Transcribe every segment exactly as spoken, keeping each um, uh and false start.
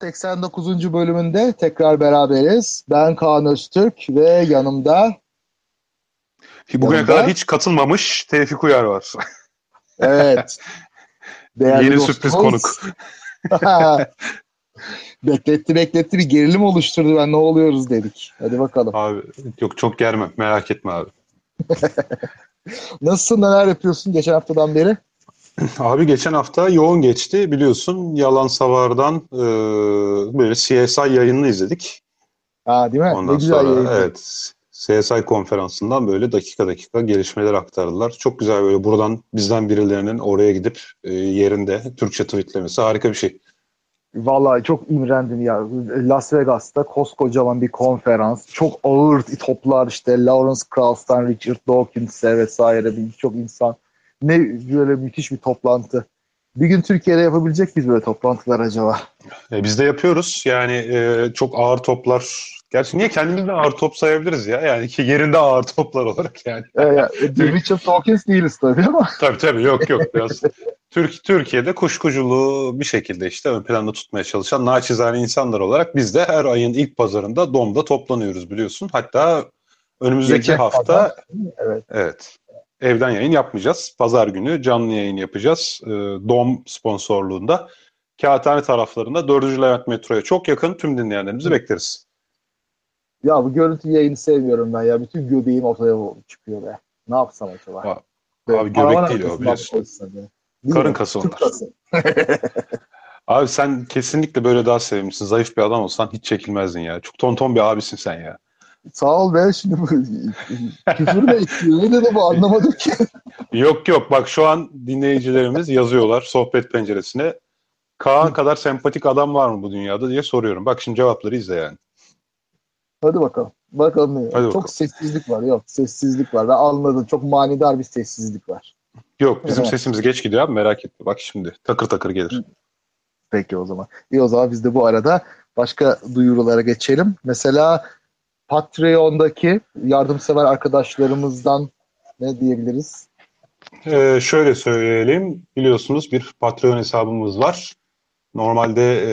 seksen dokuzuncu bölümünde tekrar beraberiz. Ben Kaan Öztürk ve yanımda Bugüne kadar yanımda hiç katılmamış Tevfik Uyar var. evet, değerli Yeni sürpriz konuk. dostumuz. bekletti bekletti bir gerilim oluşturdu, ben ne oluyoruz dedik. Hadi bakalım. Abi yok, çok germem, merak etme abi. Nasılsın, neler yapıyorsun geçen haftadan beri? Abi geçen hafta yoğun geçti biliyorsun. Yalan Savar'dan e, böyle C S I yayınını izledik. Ha, değil mi? Ne Ondan güzel sonra yayındı. evet, C S I konferansından böyle dakika dakika gelişmeler aktardılar. Çok güzel, böyle buradan bizden birilerinin oraya gidip e, yerinde Türkçe tweetlemesi harika bir şey. Vallahi çok imrendim ya. Las Vegas'ta koskocaman bir konferans. Çok ağır toplar, işte Lawrence Krauss'tan Richard Dawkins'e vesaire birçok insan. Ne böyle müthiş bir toplantı. Bir gün Türkiye'de yapabilecek miyiz böyle toplantılar acaba? E, biz de yapıyoruz. Yani e, çok ağır toplar. Gerçi niye kendimiz de ağır top sayabiliriz ya? Yani ki yerinde ağır toplar olarak yani. Ee, ya, Richard Dawkins değiliz tabii ama. Tabii tabii, yok yok, biraz Türk Türkiye'de kuşkuculuğu bir şekilde işte ön planda tutmaya çalışan naçizane insanlar olarak biz de her ayın ilk pazarında Dom'da toplanıyoruz biliyorsun. Hatta önümüzdeki Gelecek pazar. hafta Evet. evet, evden yayın yapmayacağız. Pazar günü canlı yayın yapacağız. Ee, Dom sponsorluğunda. Kağıthane taraflarında dördüncü Levent metroya çok yakın, tüm dinleyenlerimizi bekleriz. Ya bu görüntü yayını sevmiyorum ben ya. Bütün göbeğim ortaya çıkıyor be. Ne yapsam acaba? Abi, Böyle abi paravan göbek değil o, arkasından mı biliyorsun. koysak ya? Değil Karın mi? kası Türk onlar. kası. Abi sen kesinlikle böyle daha sevimlisin. Zayıf bir adam olsan hiç çekilmezdin ya. Çok tonton bir abisin sen ya. Sağ ol be, şimdi bu küfür mü etti? Ne dedi bu, anlamadım ki. Yok yok, bak şu an dinleyicilerimiz yazıyorlar sohbet penceresine. Kaan kadar sempatik adam var mı bu dünyada diye soruyorum. Bak şimdi cevapları izle yani. Hadi bakalım. Bakalım ne? Hadi Çok bakalım. sessizlik var. Yok, sessizlik var. Ben anladım. Çok manidar bir sessizlik var. Yok, bizim sesimiz geç gidiyor abi, merak etme. Bak şimdi takır takır gelir. Peki o zaman. İyi, o zaman biz de bu arada başka duyurulara geçelim. Mesela Patreon'daki yardımsever arkadaşlarımızdan ne diyebiliriz? Ee, şöyle söyleyelim. Biliyorsunuz bir Patreon hesabımız var. Normalde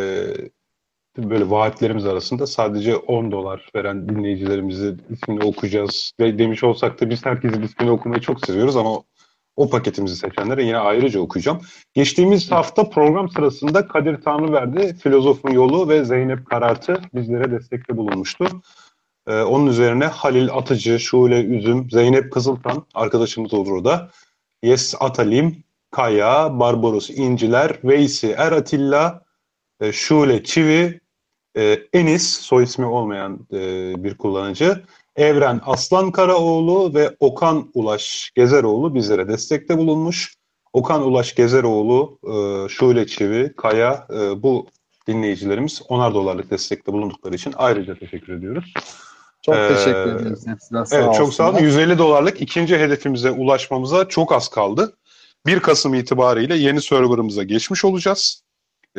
e, böyle vaatlerimiz arasında sadece on dolar veren dinleyicilerimizi ismini okuyacağız ve demiş olsak da biz herkesin ismini okumayı çok seviyoruz ama o paketimizi seçenlere yine ayrıca okuyacağım. Geçtiğimiz hafta program sırasında Kadir Tanrıverdi, Filozofun Yolu ve Zeynep Karartı bizlere destekte bulunmuştu. Ee, onun üzerine Halil Atıcı, Şule Üzüm, Zeynep Kızıltan arkadaşımız olur o da. Yes Atalim, Kaya, Barbaros İnciler, Veysi Er Atilla, e, Şule Çivi, e, Enis, soy ismi olmayan e, bir kullanıcı, Evren Aslan Karaoğlu ve Okan Ulaş Gezeroğlu bizlere destekte bulunmuş. Okan Ulaş Gezeroğlu, e, Şule Çivi, Kaya, e, bu dinleyicilerimiz onar dolarlık destekte bulundukları için ayrıca teşekkür ediyoruz. Çok teşekkür Ee, ediyoruz hepsine. Sağ evet, çok sağ olun. olsunlar. yüz elli dolarlık ikinci hedefimize ulaşmamıza çok az kaldı. bir Kasım itibariyle yeni serverımıza geçmiş olacağız. Ee,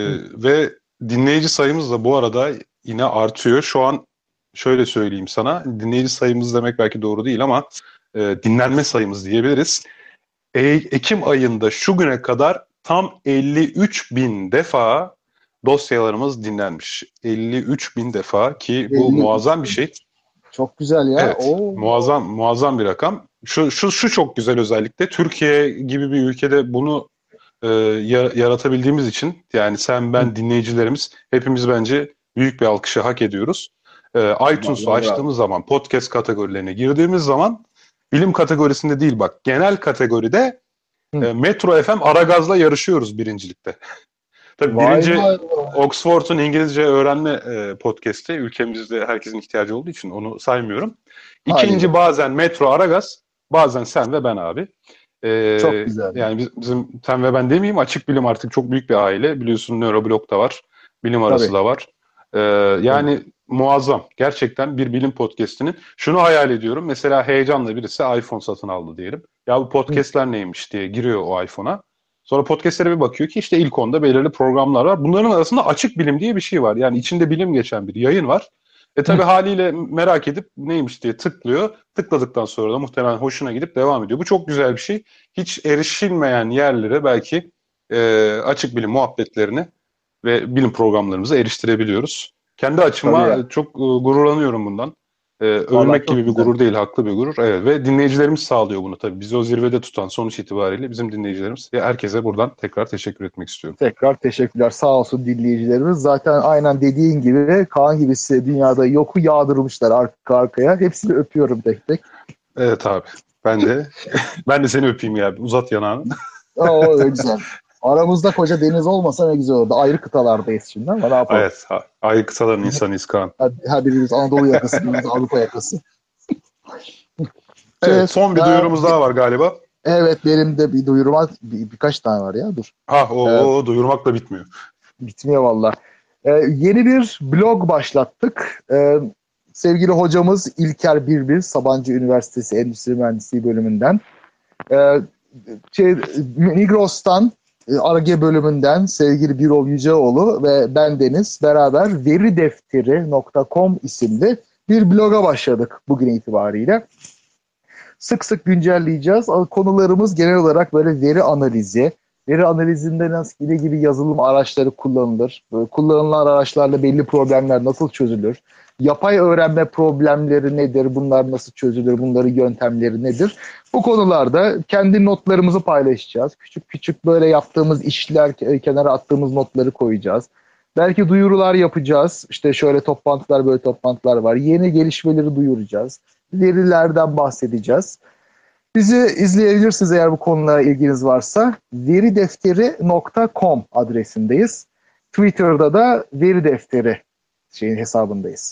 ve dinleyici sayımız da bu arada yine artıyor. Şu an şöyle söyleyeyim sana. Dinleyici sayımız demek belki doğru değil ama e, dinlenme sayımız diyebiliriz. E, Ekim ayında şu güne kadar tam elli üç bin defa dosyalarımız dinlenmiş. elli üç bin defa, ki bu elli üç muazzam bir bin. şey. Çok güzel ya. Evet, Oo. muazzam muazzam bir rakam. Şu şu şu çok güzel özellikle Türkiye gibi bir ülkede bunu e, ya- yaratabildiğimiz için, yani sen, ben, dinleyicilerimiz hepimiz bence büyük bir alkışı hak ediyoruz. E, iTunes'u Vallahi bravo. açtığımız zaman, podcast kategorilerine girdiğimiz zaman, bilim kategorisinde değil bak, genel kategoride Hı. e, Metro F M Aragaz'la yarışıyoruz birincilikte. Tabii Vay birinci vay vay. Oxford'un İngilizce öğrenme e, podcast'i, ülkemizde herkesin ihtiyacı olduğu için onu saymıyorum. Haliyle. İkinci bazen Metro Aragaz, bazen sen ve ben abi. E, Çok güzel. yani biz, bizim sen ve ben demeyeyim, açık bilim artık çok büyük bir aile. Biliyorsun Nöroblog da var, bilim arası Tabii. da var. E, Tabii. yani muazzam. Gerçekten bir bilim podcast'inin. Şunu hayal ediyorum. Mesela heyecanla birisi iPhone satın aldı diyelim. Ya bu Hı. podcast'ler neymiş diye giriyor o iPhone'a. Sonra podcastlere bir bakıyor ki işte ilk onda belirli programlar var. Bunların arasında açık bilim diye bir şey var. Yani içinde bilim geçen bir yayın var. E tabi Hı. haliyle merak edip neymiş diye tıklıyor. Tıkladıktan sonra da muhtemelen hoşuna gidip devam ediyor. Bu çok güzel bir şey. Hiç erişilmeyen yerlere belki e, açık bilim muhabbetlerini ve bilim programlarımıza eriştirebiliyoruz. Kendi Tabii ya. açıma çok e, gururlanıyorum bundan. Ee, Vallahi övünmek çok gibi bir güzel. gurur değil, haklı bir gurur. Evet, ve dinleyicilerimiz sağlıyor bunu tabii. Bizi o zirvede tutan sonuç itibariyle bizim dinleyicilerimiz. Ya herkese buradan tekrar teşekkür etmek istiyorum. Tekrar teşekkürler. Sağ olsun dinleyicilerimiz. Zaten aynen dediğin gibi Kaan gibisi dünyada yoku yağdırmışlar arka arkaya. Hepsini öpüyorum tek tek. Evet abi. Ben de ben de seni öpeyim ya. Uzat yanağını. Aa, öyle güzel. Aramızda koca deniz olmasa ne güzel olurdu. Ayrı kıtalardayız şimdi ama ne yapalım. Evet. ha- Ay kısaların insanıyız Kaan. Hadi, hadi birimiz Anadolu yakası, birimiz Avrupa yakası. Şey, Evet. Son bir e, duyurumuz daha var galiba. evet benim de bir duyurum var. Bir, birkaç tane var ya dur. Ha o, E, o duyurmakla bitmiyor. bitmiyor valla. E, yeni bir blog başlattık. E, sevgili hocamız İlker Birbil, Sabancı Üniversitesi Endüstri Mühendisliği bölümünden. E, şey, Migros'tan Ar-Ge bölümünden sevgili Birol Yüceoğlu ve ben Deniz beraber veridefteri nokta com isimli bir bloga başladık bugün itibariyle. Sık sık güncelleyeceğiz. Konularımız genel olarak böyle veri analizi, veri analizinde nasıl ne gibi yazılım araçları kullanılır, böyle kullanılan araçlarla belli problemler nasıl çözülür, yapay öğrenme problemleri nedir, bunlar nasıl çözülür, bunların yöntemleri nedir? Bu konularda kendi notlarımızı paylaşacağız. Küçük küçük böyle yaptığımız işler, kenara attığımız notları koyacağız. Belki duyurular yapacağız. İşte şöyle toplantılar, böyle toplantılar var. Yeni gelişmeleri duyuracağız. Verilerden bahsedeceğiz. Bizi izleyebilirsiniz eğer bu konulara ilginiz varsa. veridefteri nokta com adresindeyiz. Twitter'da da veridefteri şeyin hesabındayız.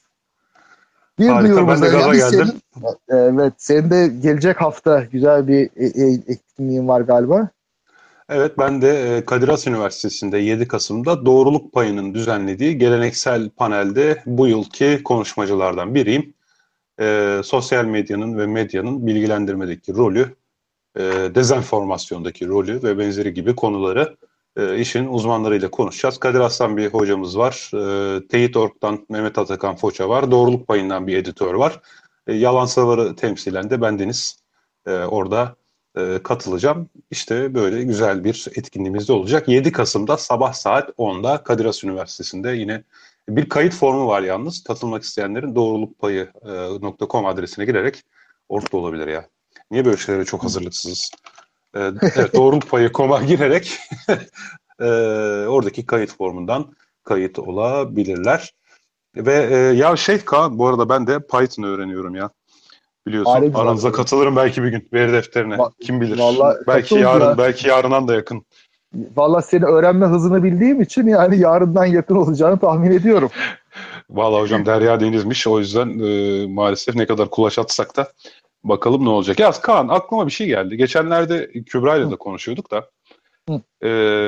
Bir Harika. Ben duyurumuz de da gaza geldi. geldim. Senin, evet, senin de gelecek hafta güzel bir e, e, etkinliğin var galiba. Evet, ben de e, Kadir Has Üniversitesi'nde yedi Kasım'da Doğruluk Payı'nın düzenlediği geleneksel panelde bu yılki konuşmacılardan biriyim. E, sosyal medyanın ve medyanın bilgilendirmedeki rolü, e, dezenformasyondaki rolü ve benzeri gibi konuları e, işin uzmanlarıyla konuşacağız. Kadir Has'tan bir hocamız var. E, Teyit nokta org'dan Mehmet Atakan Foça var. Doğruluk Payı'ndan bir editör var. E, Yalan Savar'ı temsilen de bendeniz e, orada e, katılacağım. İşte böyle güzel bir etkinliğimiz de olacak. yedi Kasım'da sabah saat onda Kadir Has Üniversitesi'nde yine bir kayıt formu var yalnız. Katılmak isteyenlerin doğrulukpayı nokta com adresine girerek orada olabilir ya. Niye böyle şeylere çok hazırlıksızız? Ee, evet, doğrulukpayı nokta com'a girerek e, oradaki kayıt formundan kayıt olabilirler. Ve e, ya şey Kaan, bu arada ben de Python öğreniyorum ya. Biliyorsun. Hali güzel. Aranıza katılırım belki bir gün veri defterine. Va- Kim bilir? Vallahi Belki katıl yarın, ya. belki yarından da yakın. Vallahi seni öğrenme hızını bildiğim için yani yarından yakın olacağını tahmin ediyorum. Vallahi hocam derya denizmiş. O yüzden e, maalesef ne kadar kulaç atsak da bakalım ne olacak. Ya Kaan, aklıma bir şey geldi. Geçenlerde Kübra ile Hı, de konuşuyorduk da hı. e,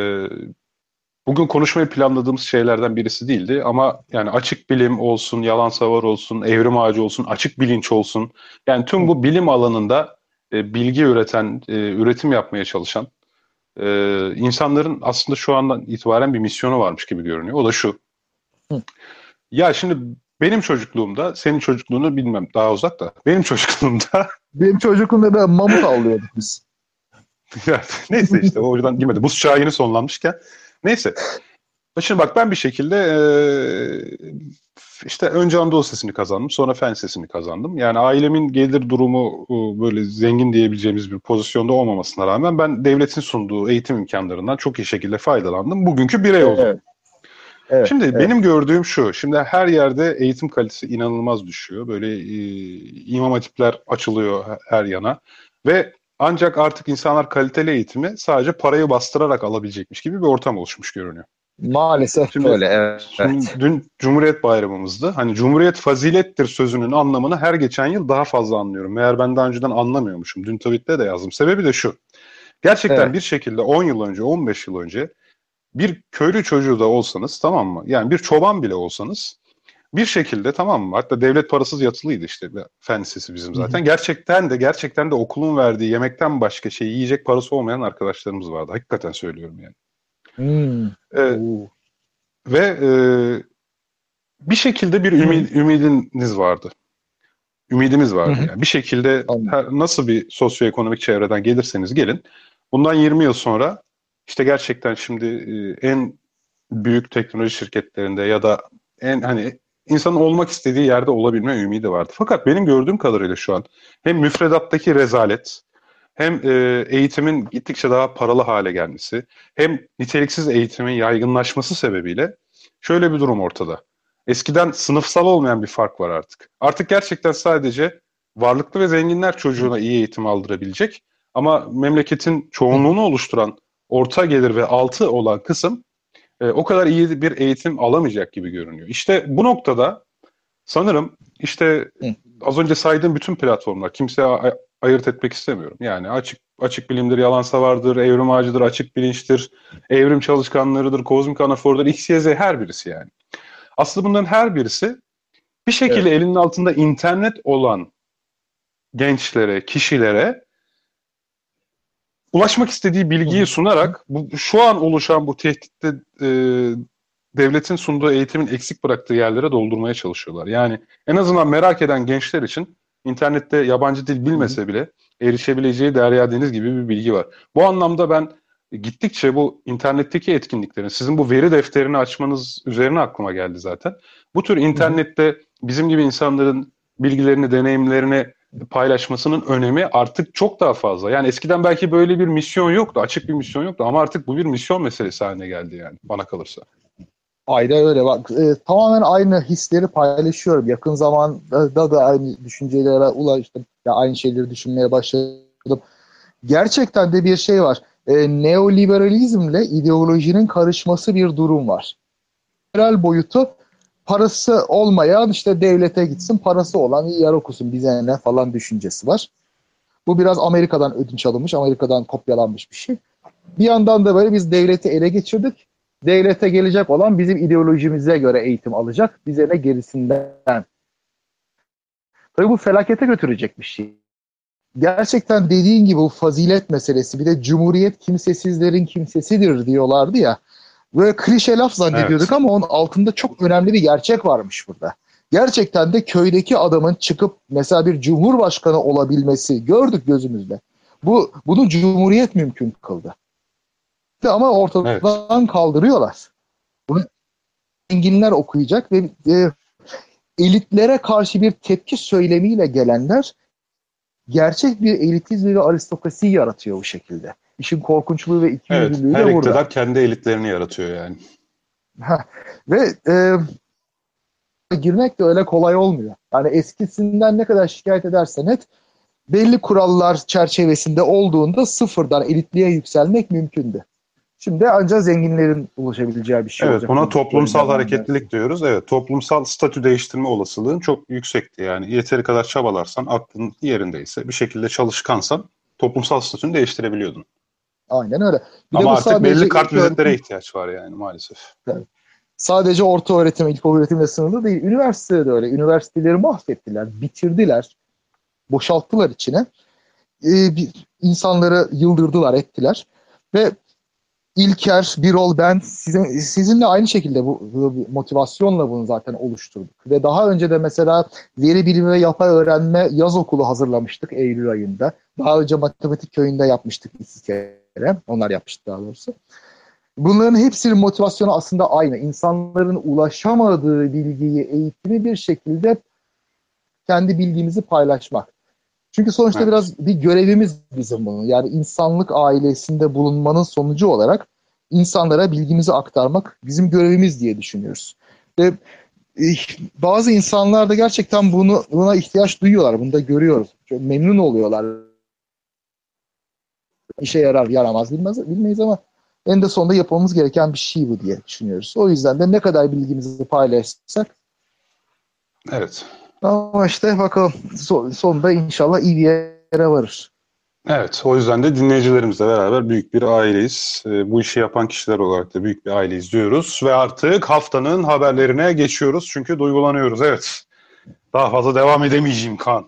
bugün konuşmayı planladığımız şeylerden birisi değildi. Ama yani açık bilim olsun, yalan savar olsun, evrim ağacı olsun, açık bilinç olsun. Yani tüm bu bilim alanında e, bilgi üreten, e, üretim yapmaya çalışan e, insanların aslında şu andan itibaren bir misyonu varmış gibi görünüyor. O da şu. Hı. Ya şimdi benim çocukluğumda, senin çocukluğunu bilmem daha uzak da, benim çocukluğumda Benim çocukluğumda da mamut avlıyorduk biz. ya, neyse işte o yüzden girmedi. Buz çağı yeni sonlanmışken. Neyse. Şimdi bak ben bir şekilde eee, işte önce Anadolu Lisesi'ni kazandım. Sonra Fen Lisesi'ni kazandım. Yani ailemin gelir durumu e, böyle zengin diyebileceğimiz bir pozisyonda olmamasına rağmen ben devletin sunduğu eğitim imkanlarından çok iyi şekilde faydalandım. Bugünkü birey oldum. Evet, evet, Şimdi evet. benim gördüğüm şu. Şimdi her yerde eğitim kalitesi inanılmaz düşüyor. Böyle e, imam hatipler açılıyor he- her yana. Ve ancak artık insanlar kaliteli eğitimi sadece parayı bastırarak alabilecekmiş gibi bir ortam oluşmuş görünüyor. Maalesef Şimdi, öyle, evet. şimdi dün Cumhuriyet Bayramımızdı. Hani Cumhuriyet fazilettir sözünün anlamını her geçen yıl daha fazla anlıyorum. Meğer ben daha önceden anlamıyormuşum. Dün tweette de yazdım. Sebebi de şu. Gerçekten Evet. bir şekilde on yıl önce, on beş yıl önce bir köylü çocuğu da olsanız, tamam mı? Yani bir çoban bile olsanız bir şekilde, tamam mı? Hatta devlet parasız yatılıydı işte fen lisesi bizim Hı hı. zaten. Gerçekten de gerçekten de okulun verdiği yemekten başka şey yiyecek parası olmayan arkadaşlarımız vardı. Hakikaten söylüyorum yani. Hmm. Ee, Oo. ve e, bir şekilde bir Hı. ümid, ümidiniz vardı. Ümidimiz Hı vardı hı. yani. Bir şekilde Anladım. her, nasıl bir sosyoekonomik çevreden gelirseniz gelin. Bundan yirmi yıl sonra işte gerçekten şimdi e, en büyük teknoloji şirketlerinde ya da en hani insanın olmak istediği yerde olabilme ümidi vardı. Fakat benim gördüğüm kadarıyla şu an hem müfredattaki rezalet, hem e, eğitimin gittikçe daha paralı hale gelmesi, hem niteliksiz eğitimin yaygınlaşması sebebiyle şöyle bir durum ortada. Eskiden sınıfsal olmayan bir fark var artık. Artık gerçekten sadece varlıklı ve zenginler çocuğuna iyi eğitim aldırabilecek. Ama memleketin çoğunluğunu oluşturan orta gelir ve altı olan kısım e, o kadar iyi bir eğitim alamayacak gibi görünüyor. İşte bu noktada sanırım işte az önce saydığım bütün platformlar, kimseye ay- ayırt etmek istemiyorum. Yani açık açık bilimdir, yalan savardır, evrim ağacıdır, açık bilinçtir, evrim çalışkanlarıdır, kozmik anafordur, X, Y, Z her birisi yani. Aslında bunların her birisi bir şekilde Evet. elinin altında internet olan gençlere, kişilere ulaşmak istediği Hı bilgiyi hı. sunarak bu şu an oluşan bu tehditte e, devletin sunduğu eğitimin eksik bıraktığı yerlere doldurmaya çalışıyorlar. Yani en azından merak eden gençler için internette yabancı dil Hı hı. bilmese bile erişebileceği derya deniz gibi bir bilgi var. Bu anlamda ben gittikçe bu internetteki etkinliklerin, sizin bu veri defterini açmanız üzerine aklıma geldi zaten. Bu tür Hı hı. internette bizim gibi insanların bilgilerini, deneyimlerini paylaşmasının önemi artık çok daha fazla. Yani eskiden belki böyle bir misyon yoktu, açık bir misyon yoktu ama artık bu bir misyon meselesi haline geldi yani bana kalırsa. Aynen öyle. Bak, e, tamamen aynı hisleri paylaşıyorum. Yakın zamanda da aynı düşüncelere ulaştım. Ya aynı şeyleri düşünmeye başladım. Gerçekten de bir şey var. E, neoliberalizmle ideolojinin karışması bir durum var. Liberal boyutu, parası olmayan işte devlete gitsin, parası olan iyi yer okusun bize ne falan düşüncesi var. Bu biraz Amerika'dan ödünç alınmış, Amerika'dan kopyalanmış bir şey. Bir yandan da böyle biz devleti ele geçirdik. Devlete gelecek olan bizim ideolojimize göre eğitim alacak. Bize ne gerisinden. Tabii bu felakete götürecek bir şey. Gerçekten dediğin gibi bu fazilet meselesi, bir de cumhuriyet kimsesizlerin kimsesidir diyorlardı ya. Böyle klişe laf zannediyorduk Evet. ama onun altında çok önemli bir gerçek varmış burada. Gerçekten de köydeki adamın çıkıp mesela bir cumhurbaşkanı olabilmesi gördük gözümüzle. Bu bunu cumhuriyet mümkün kıldı. Ama Evet. ortadan kaldırıyorlar. Bunu zenginler okuyacak ve e, elitlere karşı bir tepki söylemiyle gelenler gerçek bir elitizmi ve aristokrasi yaratıyor bu şekilde. İşin korkunçluğu ve Evet. ikiyüzlülüğü Her de burada. iktidar kendi elitlerini yaratıyor yani. Heh. Ve e, girmek de öyle kolay olmuyor. Yani eskisinden ne kadar şikayet edersen et, belli kurallar çerçevesinde olduğunda sıfırdan elitliğe yükselmek mümkündü. Şimdi ancak zenginlerin ulaşabileceği bir şey Evet, olacak buna bu böyle toplumsal devam ederse. hareketlilik diyoruz. Evet, toplumsal statü değiştirme olasılığın çok yüksekti. Yani yeteri kadar çabalarsan, aklın yerindeyse, bir şekilde çalışkansan toplumsal statünü değiştirebiliyordun. Aynen öyle. Bir de Ama bu artık belli sadece kart ilk vizitlere öğretim, ihtiyaç var yani maalesef. sadece orta öğretim, ilk öğretimle sınırlı değil. Üniversitede de öyle. Üniversiteleri mahvettiler, bitirdiler, boşalttılar içine. Ee, bir, insanları yıldırdılar, ettiler. Ve İlker, Birol, ben sizin, sizinle aynı şekilde bu, bu motivasyonla bunu zaten oluşturduk. Ve daha önce de mesela veri bilimi ve yapay öğrenme yaz okulu hazırlamıştık Eylül ayında. Daha önce matematik köyünde yapmıştık iki kere. Onlar yapmıştı daha doğrusu. Bunların hepsinin motivasyonu aslında aynı. İnsanların ulaşamadığı bilgiyi, eğitimi bir şekilde kendi bilgimizi paylaşmak. Çünkü sonuçta Evet. biraz bir görevimiz bizim bunu. Yani insanlık ailesinde bulunmanın sonucu olarak insanlara bilgimizi aktarmak bizim görevimiz diye düşünüyoruz. Ve eh, bazı insanlar da gerçekten bunu buna ihtiyaç duyuyorlar. Bunu da görüyoruz. Çok memnun oluyorlar. İşe yarar, yaramaz bilmez, bilmeyiz ama en de sonunda yapmamız gereken bir şey bu diye düşünüyoruz. O yüzden de ne kadar bilgimizi paylaşsak Evet. ama işte bakalım son- sonunda inşallah iyi bir yere varır. Evet, o yüzden de dinleyicilerimizle beraber büyük bir aileyiz. Ee, bu işi yapan kişiler olarak da büyük bir aileyiz diyoruz. Ve artık haftanın haberlerine geçiyoruz. Çünkü duygulanıyoruz. Evet, daha fazla devam edemeyeceğim Kaan.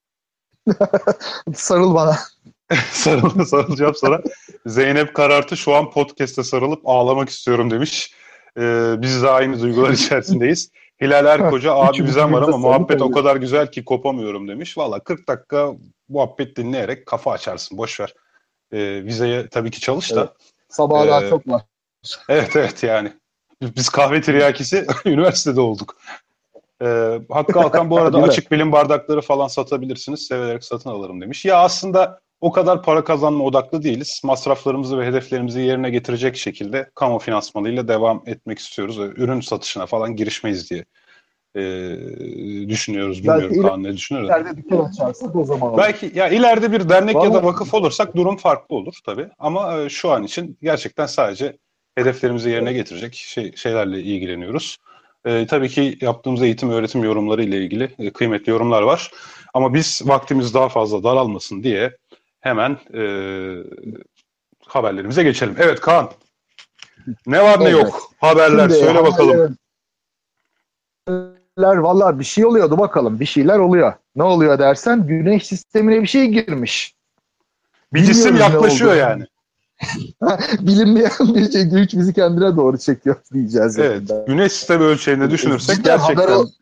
Sarıl bana. Sarıl, sarılacağım sana. Zeynep Karartı şu an podcast'te sarılıp ağlamak istiyorum demiş. Ee, biz de aynı duygular içerisindeyiz. Hilal Erkoca abi Üçümüz bizden var birbirimize ama sarılıp muhabbet o öyle. kadar güzel ki kopamıyorum demiş. Valla kırk dakika muhabbet dinleyerek kafa açarsın. Boş ver. Ee, vizeye tabii ki çalış Evet. da. Sabaha daha Ee, çok var. evet evet yani. Biz kahve tiryakisi üniversitede olduk. Ee, Hakkı Alkan bu arada Değil mi? açık bilim bardakları falan satabilirsiniz. Severek satın alırım demiş. Ya aslında o kadar para kazanma odaklı değiliz. Masraflarımızı ve hedeflerimizi yerine getirecek şekilde kamu finansmanıyla devam etmek istiyoruz. Ürün satışına falan girişmeyiz diye e, düşünüyoruz. Belki Bilmiyorum Kaan ne düşünüyor da. ileride dükkan açarsak o zaman olur. Belki ya ileride bir dernek ya da Vallahi vakıf olursak durum farklı olur tabii. Ama e, şu an için gerçekten sadece hedeflerimizi yerine getirecek şey, şeylerle ilgileniyoruz. E, tabii ki yaptığımız eğitim öğretim yorumları ile ilgili e, kıymetli yorumlar var. Ama biz vaktimiz daha fazla daralmasın diye hemen e, haberlerimize geçelim. Evet Kaan, ne var ne evet. yok haberler Şimdi söyle bakalım. haberler valla bir şey oluyordu bakalım. Bir şeyler oluyor. Ne oluyor dersen Güneş sistemine bir şey girmiş. Bir cisim Bilmiyoruz ne yaklaşıyor olduğunu. yani. Bilinmeyen bir şey güç bizi kendine doğru çekiyor diyeceğiz. Evet, Yani. güneş sistemi ölçeğinde düşünürsek Cidden haber gerçekten... ol-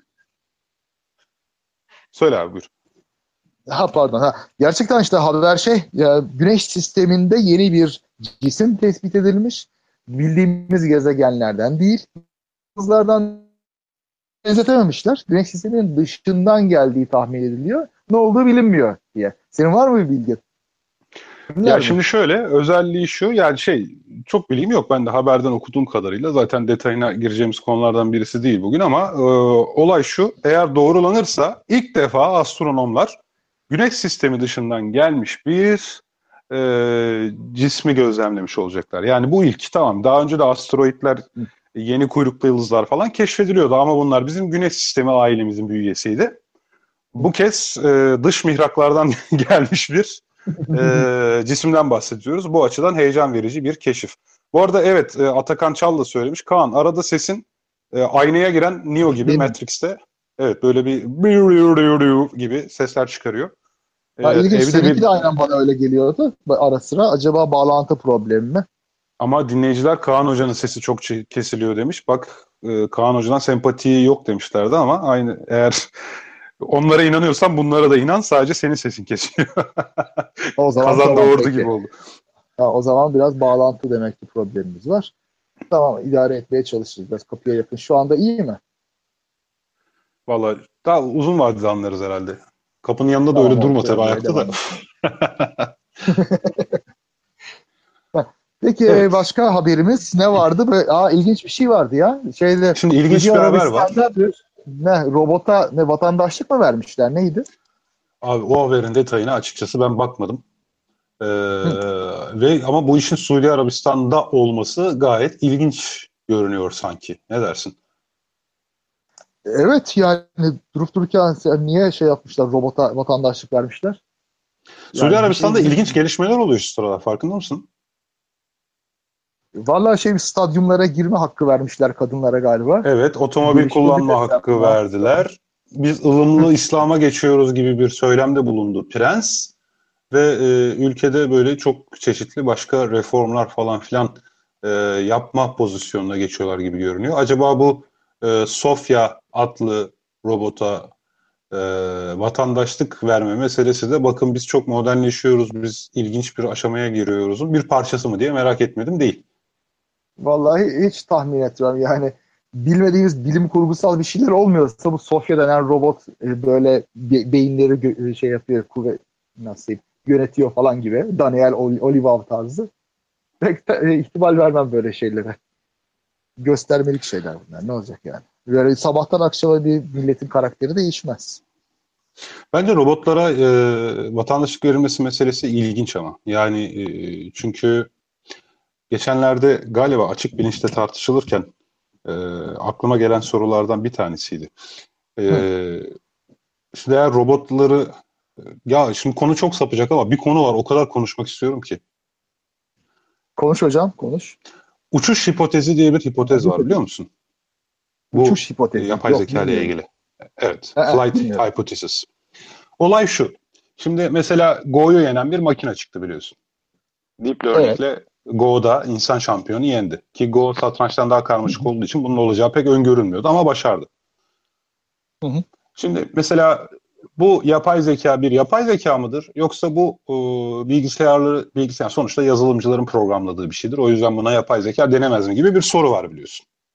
Söyle abi buyur. Ha pardon. Ha. Gerçekten işte haber şey ya, Güneş sisteminde yeni bir cisim tespit edilmiş. Bildiğimiz gezegenlerden değil. Yıldızlardan benzetememişler. Güneş sisteminin dışından geldiği tahmin ediliyor. Ne olduğu bilinmiyor diye. Senin var mı bir bilgi? Ya Kimler mi? şimdi şöyle özelliği şu yani şey çok bilgim yok ben de haberden okuduğum kadarıyla zaten detayına gireceğimiz konulardan birisi değil bugün ama e, olay şu eğer doğrulanırsa ilk defa astronomlar Güneş sistemi dışından gelmiş bir e, cismi gözlemlemiş olacaklar. Yani bu ilk tamam daha önce de asteroitler yeni kuyruklu yıldızlar falan keşfediliyordu ama bunlar bizim Güneş sistemi ailemizin bir üyesiydi. Bu kez e, dış mihraklardan gelmiş bir e, cisimden bahsediyoruz. Bu açıdan heyecan verici bir keşif. Bu arada evet e, Atakan Çal da söylemiş. Kaan arada sesin e, aynaya giren Neo gibi Benim. Matrix'te evet böyle bir gibi sesler çıkarıyor. E, Ha, ilginç. evde Seninki bir de aynen bana öyle geliyordu. Ara sıra. Acaba bağlantı problemi mi? ama dinleyiciler Kaan Hoca'nın sesi çok çe- kesiliyor demiş. Bak e, Kaan Hoca'dan sempati yok demişlerdi ama aynı eğer onlara inanıyorsan bunlara da inan sadece senin sesin kesiliyor. O zaman Kazan tamam doğurdu gibi peki. oldu. Ha, o zaman biraz bağlantı demek ki problemimiz var. Tamam idare etmeye çalışırız. Biraz kapıya yakın. Şu anda iyi mi? Vallahi daha uzun vadede anlarız herhalde. Kapının yanında da Tamam öyle o durma tabii söylemeye ayakta da. devam et. Peki Evet. başka haberimiz ne vardı? Böyle, aa, ilginç bir şey vardı ya. Şeyde Şimdi ilginç Suudi bir haber var. Arabistan'da bir ne robota ne vatandaşlık mı vermişler? Neydi? Abi o haberin detayına açıkçası ben bakmadım. Ee, Hı. ve ama bu işin Suudi Arabistan'da olması gayet ilginç görünüyor sanki. Ne dersin? Evet yani durup dururken sen niye şey yapmışlar robota vatandaşlık vermişler? Suudi Yani bir şey Arabistan'da bir, ilginç gelişmeler oluyor şu sıralar. Farkında mısın? vallahi şey bir stadyumlara girme hakkı vermişler kadınlara galiba. Evet, otomobil Gelişme bir kullanma desem hakkı falan. verdiler. Biz ılımlı İslam'a geçiyoruz gibi bir söylemde bulundu prens. Ve e, ülkede böyle çok çeşitli başka reformlar falan filan e, yapma pozisyonuna geçiyorlar gibi görünüyor. Acaba bu e, Sofya adlı robota e, vatandaşlık verme meselesi de bakın biz çok modernleşiyoruz, biz ilginç bir aşamaya giriyoruz'un bir parçası mı diye merak etmedim değil. Vallahi hiç tahmin etmiyorum. Yani bilmediğimiz bilim kurgusal bir şeyler olmuyorsa bu Sofya denen robot e, böyle be- beyinleri gö- şey yapıyor, kuvvet nasıl diyeyim, yönetiyor falan gibi. Daniel Ol- Olivav tarzı. Pek de, e, ihtimal vermem böyle şeylere. Göstermelik şeyler bunlar. Ne olacak yani? Böyle sabahtan akşama bir milletin karakteri değişmez. Bence robotlara e, vatandaşlık verilmesi meselesi ilginç ama. Yani e, çünkü geçenlerde galiba açık bilinçte tartışılırken e, aklıma gelen sorulardan bir tanesiydi. E, Hı. şimdi eğer robotları ya şimdi konu çok sapacak ama bir konu var o kadar konuşmak istiyorum ki. Konuş hocam, konuş. Uçuş hipotezi diye bir hipotez var biliyor musun? Bu Uçuş e, hipotezi. yapay Yok zeka ile bilmiyorum. ilgili. Evet, Ee, flight bilmiyorum. hypothesis. Olay şu. Şimdi mesela Go'yu yenen bir makine çıktı biliyorsun. Deep Learning Evet. ile Go'da insan şampiyonu yendi. Ki Go satrançtan daha karmaşık olduğu için bunun olacağı pek öngörülmüyordu ama başardı. Hı hı. Şimdi mesela bu yapay zeka bir yapay zeka mıdır? Yoksa bu e, bilgisayarları, bilgisayar sonuçta yazılımcıların programladığı bir şeydir. O yüzden buna yapay zeka denemez mi gibi bir soru var biliyorsun.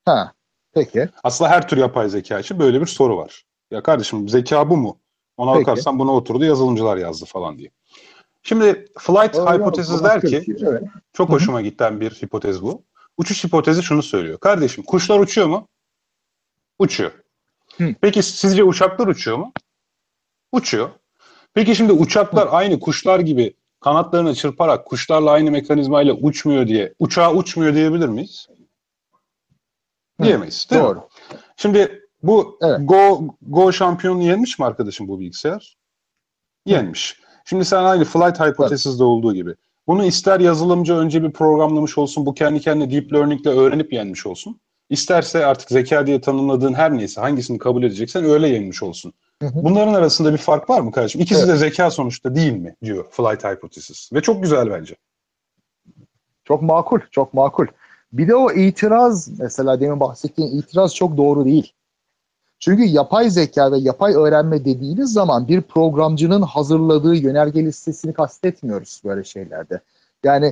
Ha, peki. Aslında her tür yapay zeka için böyle bir soru var. Ya kardeşim zeka bu mu? Ona Peki. bakarsan buna oturdu yazılımcılar yazdı falan diye. Şimdi flight O, hypothesis o der başka bir ki, şey. Evet. çok Hı hı. hoşuma giden bir hipotez bu. Uçuş hipotezi şunu söylüyor. Kardeşim kuşlar uçuyor mu? Uçuyor. Hı. Peki sizce uçaklar uçuyor mu? Uçuyor. Peki şimdi Hı. uçaklar aynı kuşlar gibi kanatlarını çırparak kuşlarla aynı mekanizmayla uçmuyor diye uçağa uçmuyor diyebilir miyiz? Hı. Diyemeyiz, değil mi? Doğru. Şimdi bu Evet. Go Go şampiyonu yenmiş mi arkadaşım bu bilgisayar? Hı. Yenmiş. Şimdi sen aynı flight Tabii. hypothesis'de olduğu gibi. Bunu ister yazılımcı önce bir programlamış olsun, bu kendi kendine deep learning ile öğrenip yenmiş olsun. İsterse artık zeka diye tanımladığın her neyse hangisini kabul edeceksen öyle yenmiş olsun. Hı hı. Bunların arasında bir fark var mı kardeşim? İkisi Evet. de zeka sonuçta değil mi diyor flight hypothesis. Ve çok güzel bence. Çok makul. Çok makul. Bir de o itiraz, mesela demin bahsettiğin itiraz çok doğru değil. Çünkü yapay zeka ve yapay öğrenme dediğiniz zaman bir programcının hazırladığı yönerge listesini kastetmiyoruz böyle şeylerde. Yani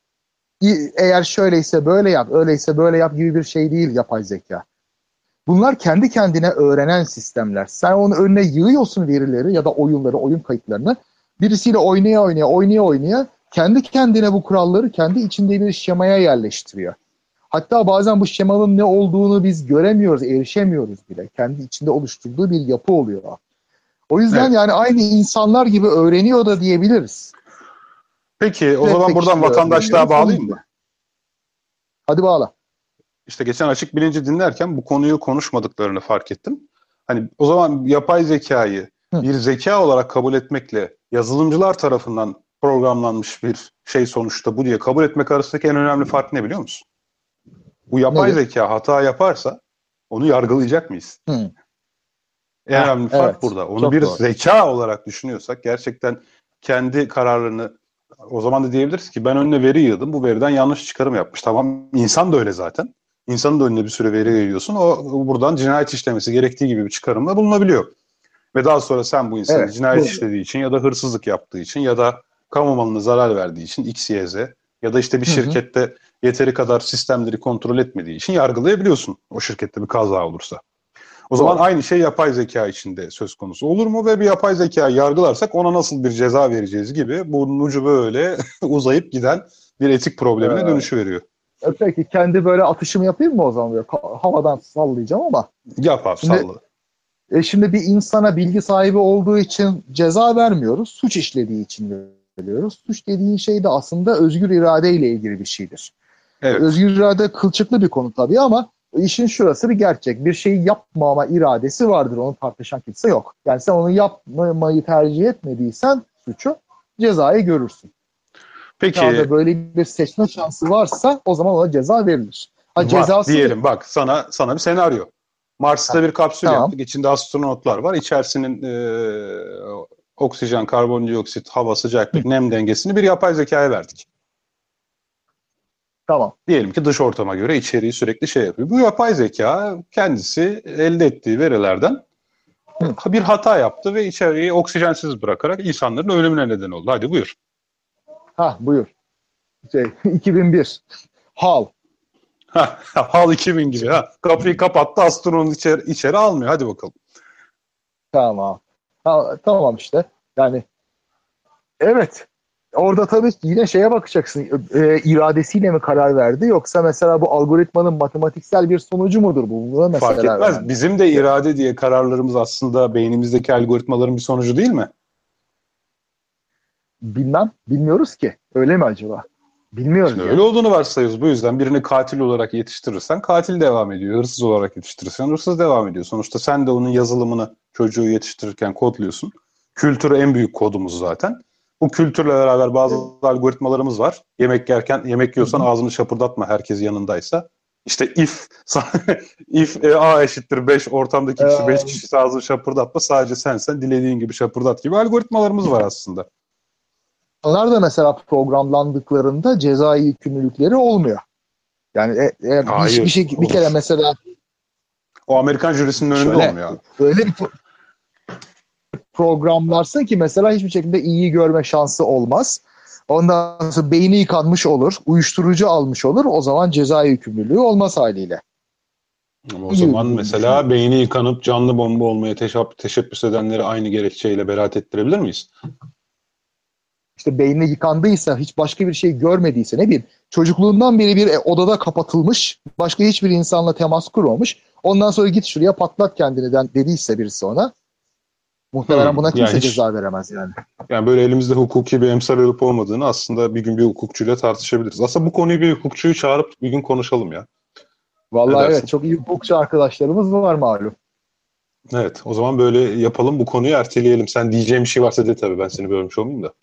eğer şöyleyse böyle yap, öyleyse böyle yap gibi bir şey değil yapay zeka. Bunlar kendi kendine öğrenen sistemler. Sen onun önüne yığıyorsun verileri ya da oyunları, oyun kayıtlarını. Birisiyle oynaya oynaya, oynaya oynaya kendi kendine bu kuralları kendi içinde bir şemaya yerleştiriyor. Hatta bazen bu şemanın ne olduğunu biz göremiyoruz, erişemiyoruz bile. Kendi içinde oluşturduğu bir yapı oluyor. O yüzden Evet. yani aynı insanlar gibi öğreniyor da diyebiliriz. Peki o Ve zaman buradan pekiştirerek vatandaşlığa öğreniyoruz. Onun bağlayayım gibi. mı? Hadi bağla. İşte geçen Açık Bilinci dinlerken bu konuyu konuşmadıklarını fark ettim. Hani o zaman yapay zekayı Hı. bir zeka olarak kabul etmekle yazılımcılar tarafından programlanmış bir şey sonuçta bu diye kabul etmek arasındaki en önemli fark ne biliyor musun? Bu yapay Nedir? zeka hata yaparsa onu yargılayacak mıyız? Hı. En Heh, önemli fark evet. burada. Onu Çok bir doğru. zeka olarak düşünüyorsak gerçekten kendi kararlarını o zaman da diyebiliriz ki ben önüne veri yığdım. Bu veriden yanlış çıkarım yapmış. Tamam insan da öyle zaten. İnsanın da önüne bir sürü veri yayıyorsun. O buradan cinayet işlemesi gerektiği gibi bir çıkarımda bulunabiliyor. Ve daha sonra sen bu insanı Evet. cinayet Bu, işlediği için ya da hırsızlık yaptığı için ya da kamu malına zarar verdiği için X, Y, Z ya da işte bir hı hı. şirkette yeteri kadar sistemleri kontrol etmediği için yargılayabiliyorsun o şirkette bir kaza olursa. O zaman Doğru. aynı şey yapay zeka içinde söz konusu olur mu ve bir yapay zeka yargılarsak ona nasıl bir ceza vereceğiz gibi bunun ucu böyle uzayıp giden bir etik problemine Ee, dönüşüveriyor. peki kendi böyle atışımı yapayım mı o zaman? Böyle havadan sallayacağım ama. Yap abi Şimdi salla. e, şimdi bir insana bilgi sahibi olduğu için ceza vermiyoruz. Suç işlediği için veriyoruz. Suç dediğin şey de aslında özgür irade ile ilgili bir şeydir. Evet. Özgür irade kılçıklı bir konu tabii ama işin şurası bir gerçek. Bir şeyi yapmama iradesi vardır. Onu tartışan kimse yok. Yani sen onu yapmamayı tercih etmediysen suçu cezayı görürsün. Peki Dünyada böyle bir seçme şansı varsa o zaman ona ceza verilir. Ha var cezası da diyelim bak sana sana bir senaryo. Mars'ta ha, bir kapsül tamam. yaptık. İçinde astronotlar var. İçerisinin e, oksijen, karbondioksit, hava, sıcaklık, Hı, nem dengesini bir yapay zekaya verdik. tamam. Diyelim ki dış ortama göre içeriği sürekli şey yapıyor. Bu yapay zeka kendisi elde ettiği verilerden Hı. bir hata yaptı ve içeriği oksijensiz bırakarak insanların ölümüne neden oldu. Hadi buyur. Ha buyur. Şey, iki bin bir. Hal. Ha, HAL iki bin gibi. Ha. Kapıyı kapattı, astronot içeri, içeri almıyor. Hadi bakalım. Tamam. Ha, tamam işte. Yani evet. Orada tabii yine şeye bakacaksın. E, iradesiyle mi karar verdi yoksa mesela bu algoritmanın matematiksel bir sonucu mudur bu? Buna Fark mesela etmez. önemli. Bizim de irade diye kararlarımız aslında beynimizdeki algoritmaların bir sonucu değil mi? Bilmem. Bilmiyoruz ki. Öyle mi acaba? Bilmiyoruz Şimdi öyle yani. olduğunu varsayıyoruz. Bu yüzden birini katil olarak yetiştirirsen katil devam ediyor. Hırsız olarak yetiştirirsen hırsız devam ediyor. Sonuçta sen de onun yazılımını çocuğu yetiştirirken kodluyorsun. Kültür en büyük kodumuz zaten. Bu kültürle beraber bazı Evet. algoritmalarımız var. Yemek yerken yemek Hı yiyorsan hı. ağzını şapırdatma herkes yanındaysa. İşte if if e, a eşittir beş ortamdaki kişi beş Ee, kişi ağzını şapırdatma sadece sensen dilediğin gibi şapırdat gibi algoritmalarımız var aslında. onlar da mesela programlandıklarında cezai yükümlülükleri olmuyor. Yani e- eğer bir, bir Hayır şey bir kere olur. mesela O Amerikan jürisinin önünde şöyle olmuyor abi. öyle bir pro- programlarsın ki mesela hiçbir şekilde iyi görme şansı olmaz. Ondan sonra beyni yıkanmış olur, uyuşturucu almış olur. O zaman cezai yükümlülüğü olmaz haliyle. Ama o gibi zaman bir durum mesela düşünüyorum. beyni yıkanıp canlı bomba olmaya teşebbüs, teşebbüs edenleri aynı gerekçeyle beraat ettirebilir miyiz? İşte beynine yıkandıysa, hiç başka bir şey görmediyse, ne bileyim, çocukluğundan beri bir e, odada kapatılmış, başka hiçbir insanla temas kurmamış. Ondan sonra git şuraya patlat kendini den- dediyse birisi ona, muhtemelen Hmm, buna yani kimse hiç ceza veremez yani. yani böyle elimizde hukuki bir emsal olup olmadığını aslında bir gün bir hukukçuyla tartışabiliriz. Aslında bu konuyu bir hukukçuyu çağırıp bir gün konuşalım ya. Ne Vallahi evet, dersin? çok iyi hukukçu arkadaşlarımız var malum. Evet, o zaman böyle yapalım, bu konuyu erteleyelim. Sen diyeceğin bir şey varsa de tabii, ben seni bölmüş olmayayım da.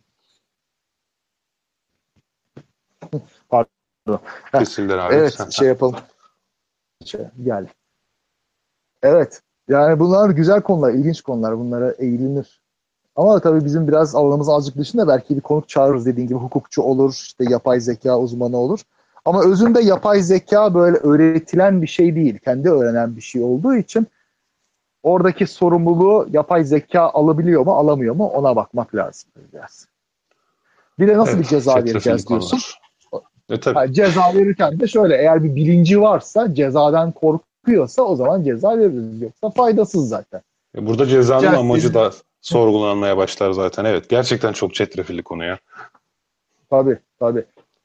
Pardon. Heh, Kesinler abi. evet, şey yapalım. Şey, gel. Evet. Yani bunlar güzel konular, ilginç konular. Bunlara eğilinir. Ama tabii bizim biraz alanımız azıcık dışında, belki bir konuk çağırırız, dediğin gibi hukukçu olur, işte yapay zeka uzmanı olur. Ama özünde yapay zeka böyle öğretilen bir şey değil. Kendi öğrenen bir şey olduğu için oradaki sorumluluğu yapay zeka alabiliyor mu, alamıyor mu, ona bakmak lazım biraz. Bir de nasıl bir Evet, ceza çetrefilli vereceğiz diyorsun. konular. E tabii. Ha, ceza verirken de şöyle, eğer bir bilinci varsa, cezadan korkuyorsa, o zaman ceza veririz. Yoksa faydasız zaten. E, Burada cezanın Jack amacı dedi. da sorgulanmaya başlar zaten. Evet, gerçekten çok çetrefilli konu ya. Tabii tabii.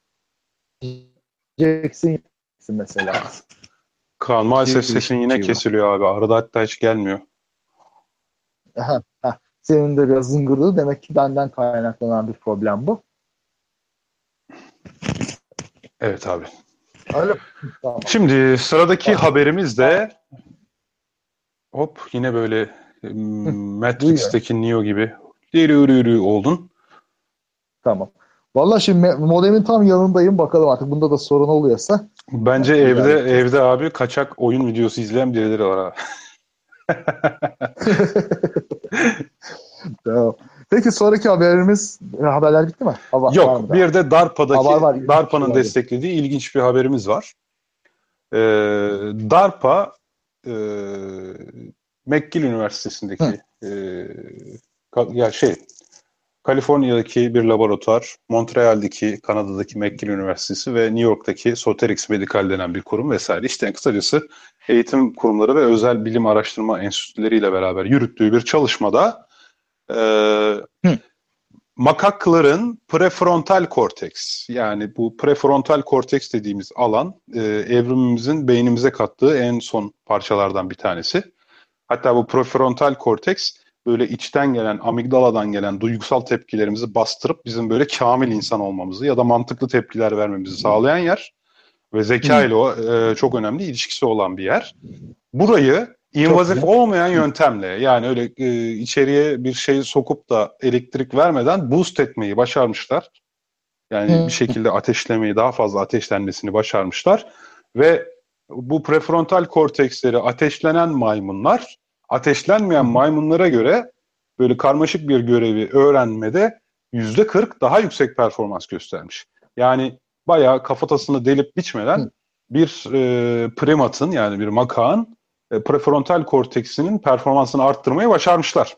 Jackson mesela. Kaan, maalesef sesin Girişimci yine bu. kesiliyor abi. Arada hatta hiç gelmiyor. Aha, ha. Senin de biraz zıngırdı. Demek ki benden kaynaklanan bir problem bu. Evet abi. Öyle mi? Tamam. Şimdi sıradaki Tamam. haberimiz Aa, de hop yine böyle e, hı, duyuyorum. Matrix'teki Neo gibi diri ürü ürü oldun. Tamam. Vallahi şimdi me- modemin tam yanındayım. Bakalım artık bunda da sorun oluyorsa Bence belki evde idare edeceğiz. evde abi kaçak oyun videosu izleyen birileri var ha. Tamam. Peki sonraki haberimiz, haberler bitti mi? Hava, var Yok, mı daha? bir de Ha, var DARPA'daki var. İlginç bir DARPA'nın şeyler var. desteklediği ilginç bir haberimiz var. Ee, DARPA e, McGill Hı. Üniversitesi'ndeki e, ka- ya şey Kaliforniya'daki bir laboratuvar, Montreal'deki, Kanada'daki McGill Üniversitesi ve New York'taki Soterix Medical denen bir kurum vesaire. İşte kısacası eğitim kurumları ve özel bilim araştırma enstitüleriyle beraber yürüttüğü bir çalışmada e, Hı. makakların prefrontal korteks, yani bu prefrontal korteks dediğimiz alan e, evrimimizin beynimize kattığı en son parçalardan bir tanesi. Hatta bu prefrontal korteks böyle içten gelen, amigdaladan gelen duygusal tepkilerimizi bastırıp bizim böyle kamil insan olmamızı ya da mantıklı tepkiler vermemizi sağlayan yer ve zeka Hı. ile o, e, çok önemli ilişkisi olan bir yer. Burayı Çok invazif güzel. olmayan Hı. yöntemle, yani öyle e, içeriye bir şey sokup da elektrik vermeden boost etmeyi başarmışlar. Yani bir Hı. şekilde ateşlemeyi, daha fazla ateşlenmesini başarmışlar ve bu prefrontal korteksleri ateşlenen maymunlar Hı. ateşlenmeyen maymunlara göre böyle karmaşık bir görevi öğrenmede yüzde kırk daha yüksek performans göstermiş. Yani bayağı kafatasını delip Hı. biçmeden bir e, primatın, yani bir makağın e, prefrontal korteksinin performansını arttırmayı başarmışlar.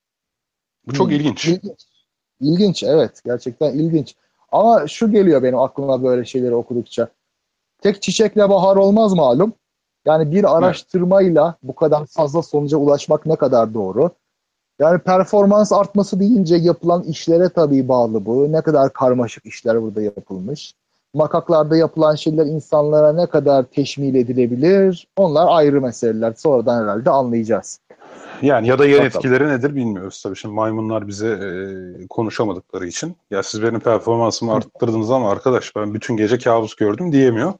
Bu çok Hı. ilginç. İlginç. İlginç, evet. Gerçekten ilginç. Ama şu geliyor benim aklıma böyle şeyleri okudukça. Tek çiçekle bahar olmaz malum. Yani bir Evet. araştırmayla bu kadar fazla sonuca ulaşmak ne kadar doğru? Yani performans artması deyince yapılan işlere tabii bağlı bu. Ne kadar karmaşık işler burada yapılmış. Makaklarda yapılan şeyler insanlara ne kadar teşmil edilebilir? Onlar ayrı meseleler. Sonradan herhalde anlayacağız. Yani ya da yan Bakalım. etkileri nedir bilmiyoruz tabii. Şimdi maymunlar bize e, konuşamadıkları için. Ya siz benim performansımı Hı. arttırdınız ama arkadaş ben bütün gece kabus gördüm diyemiyor.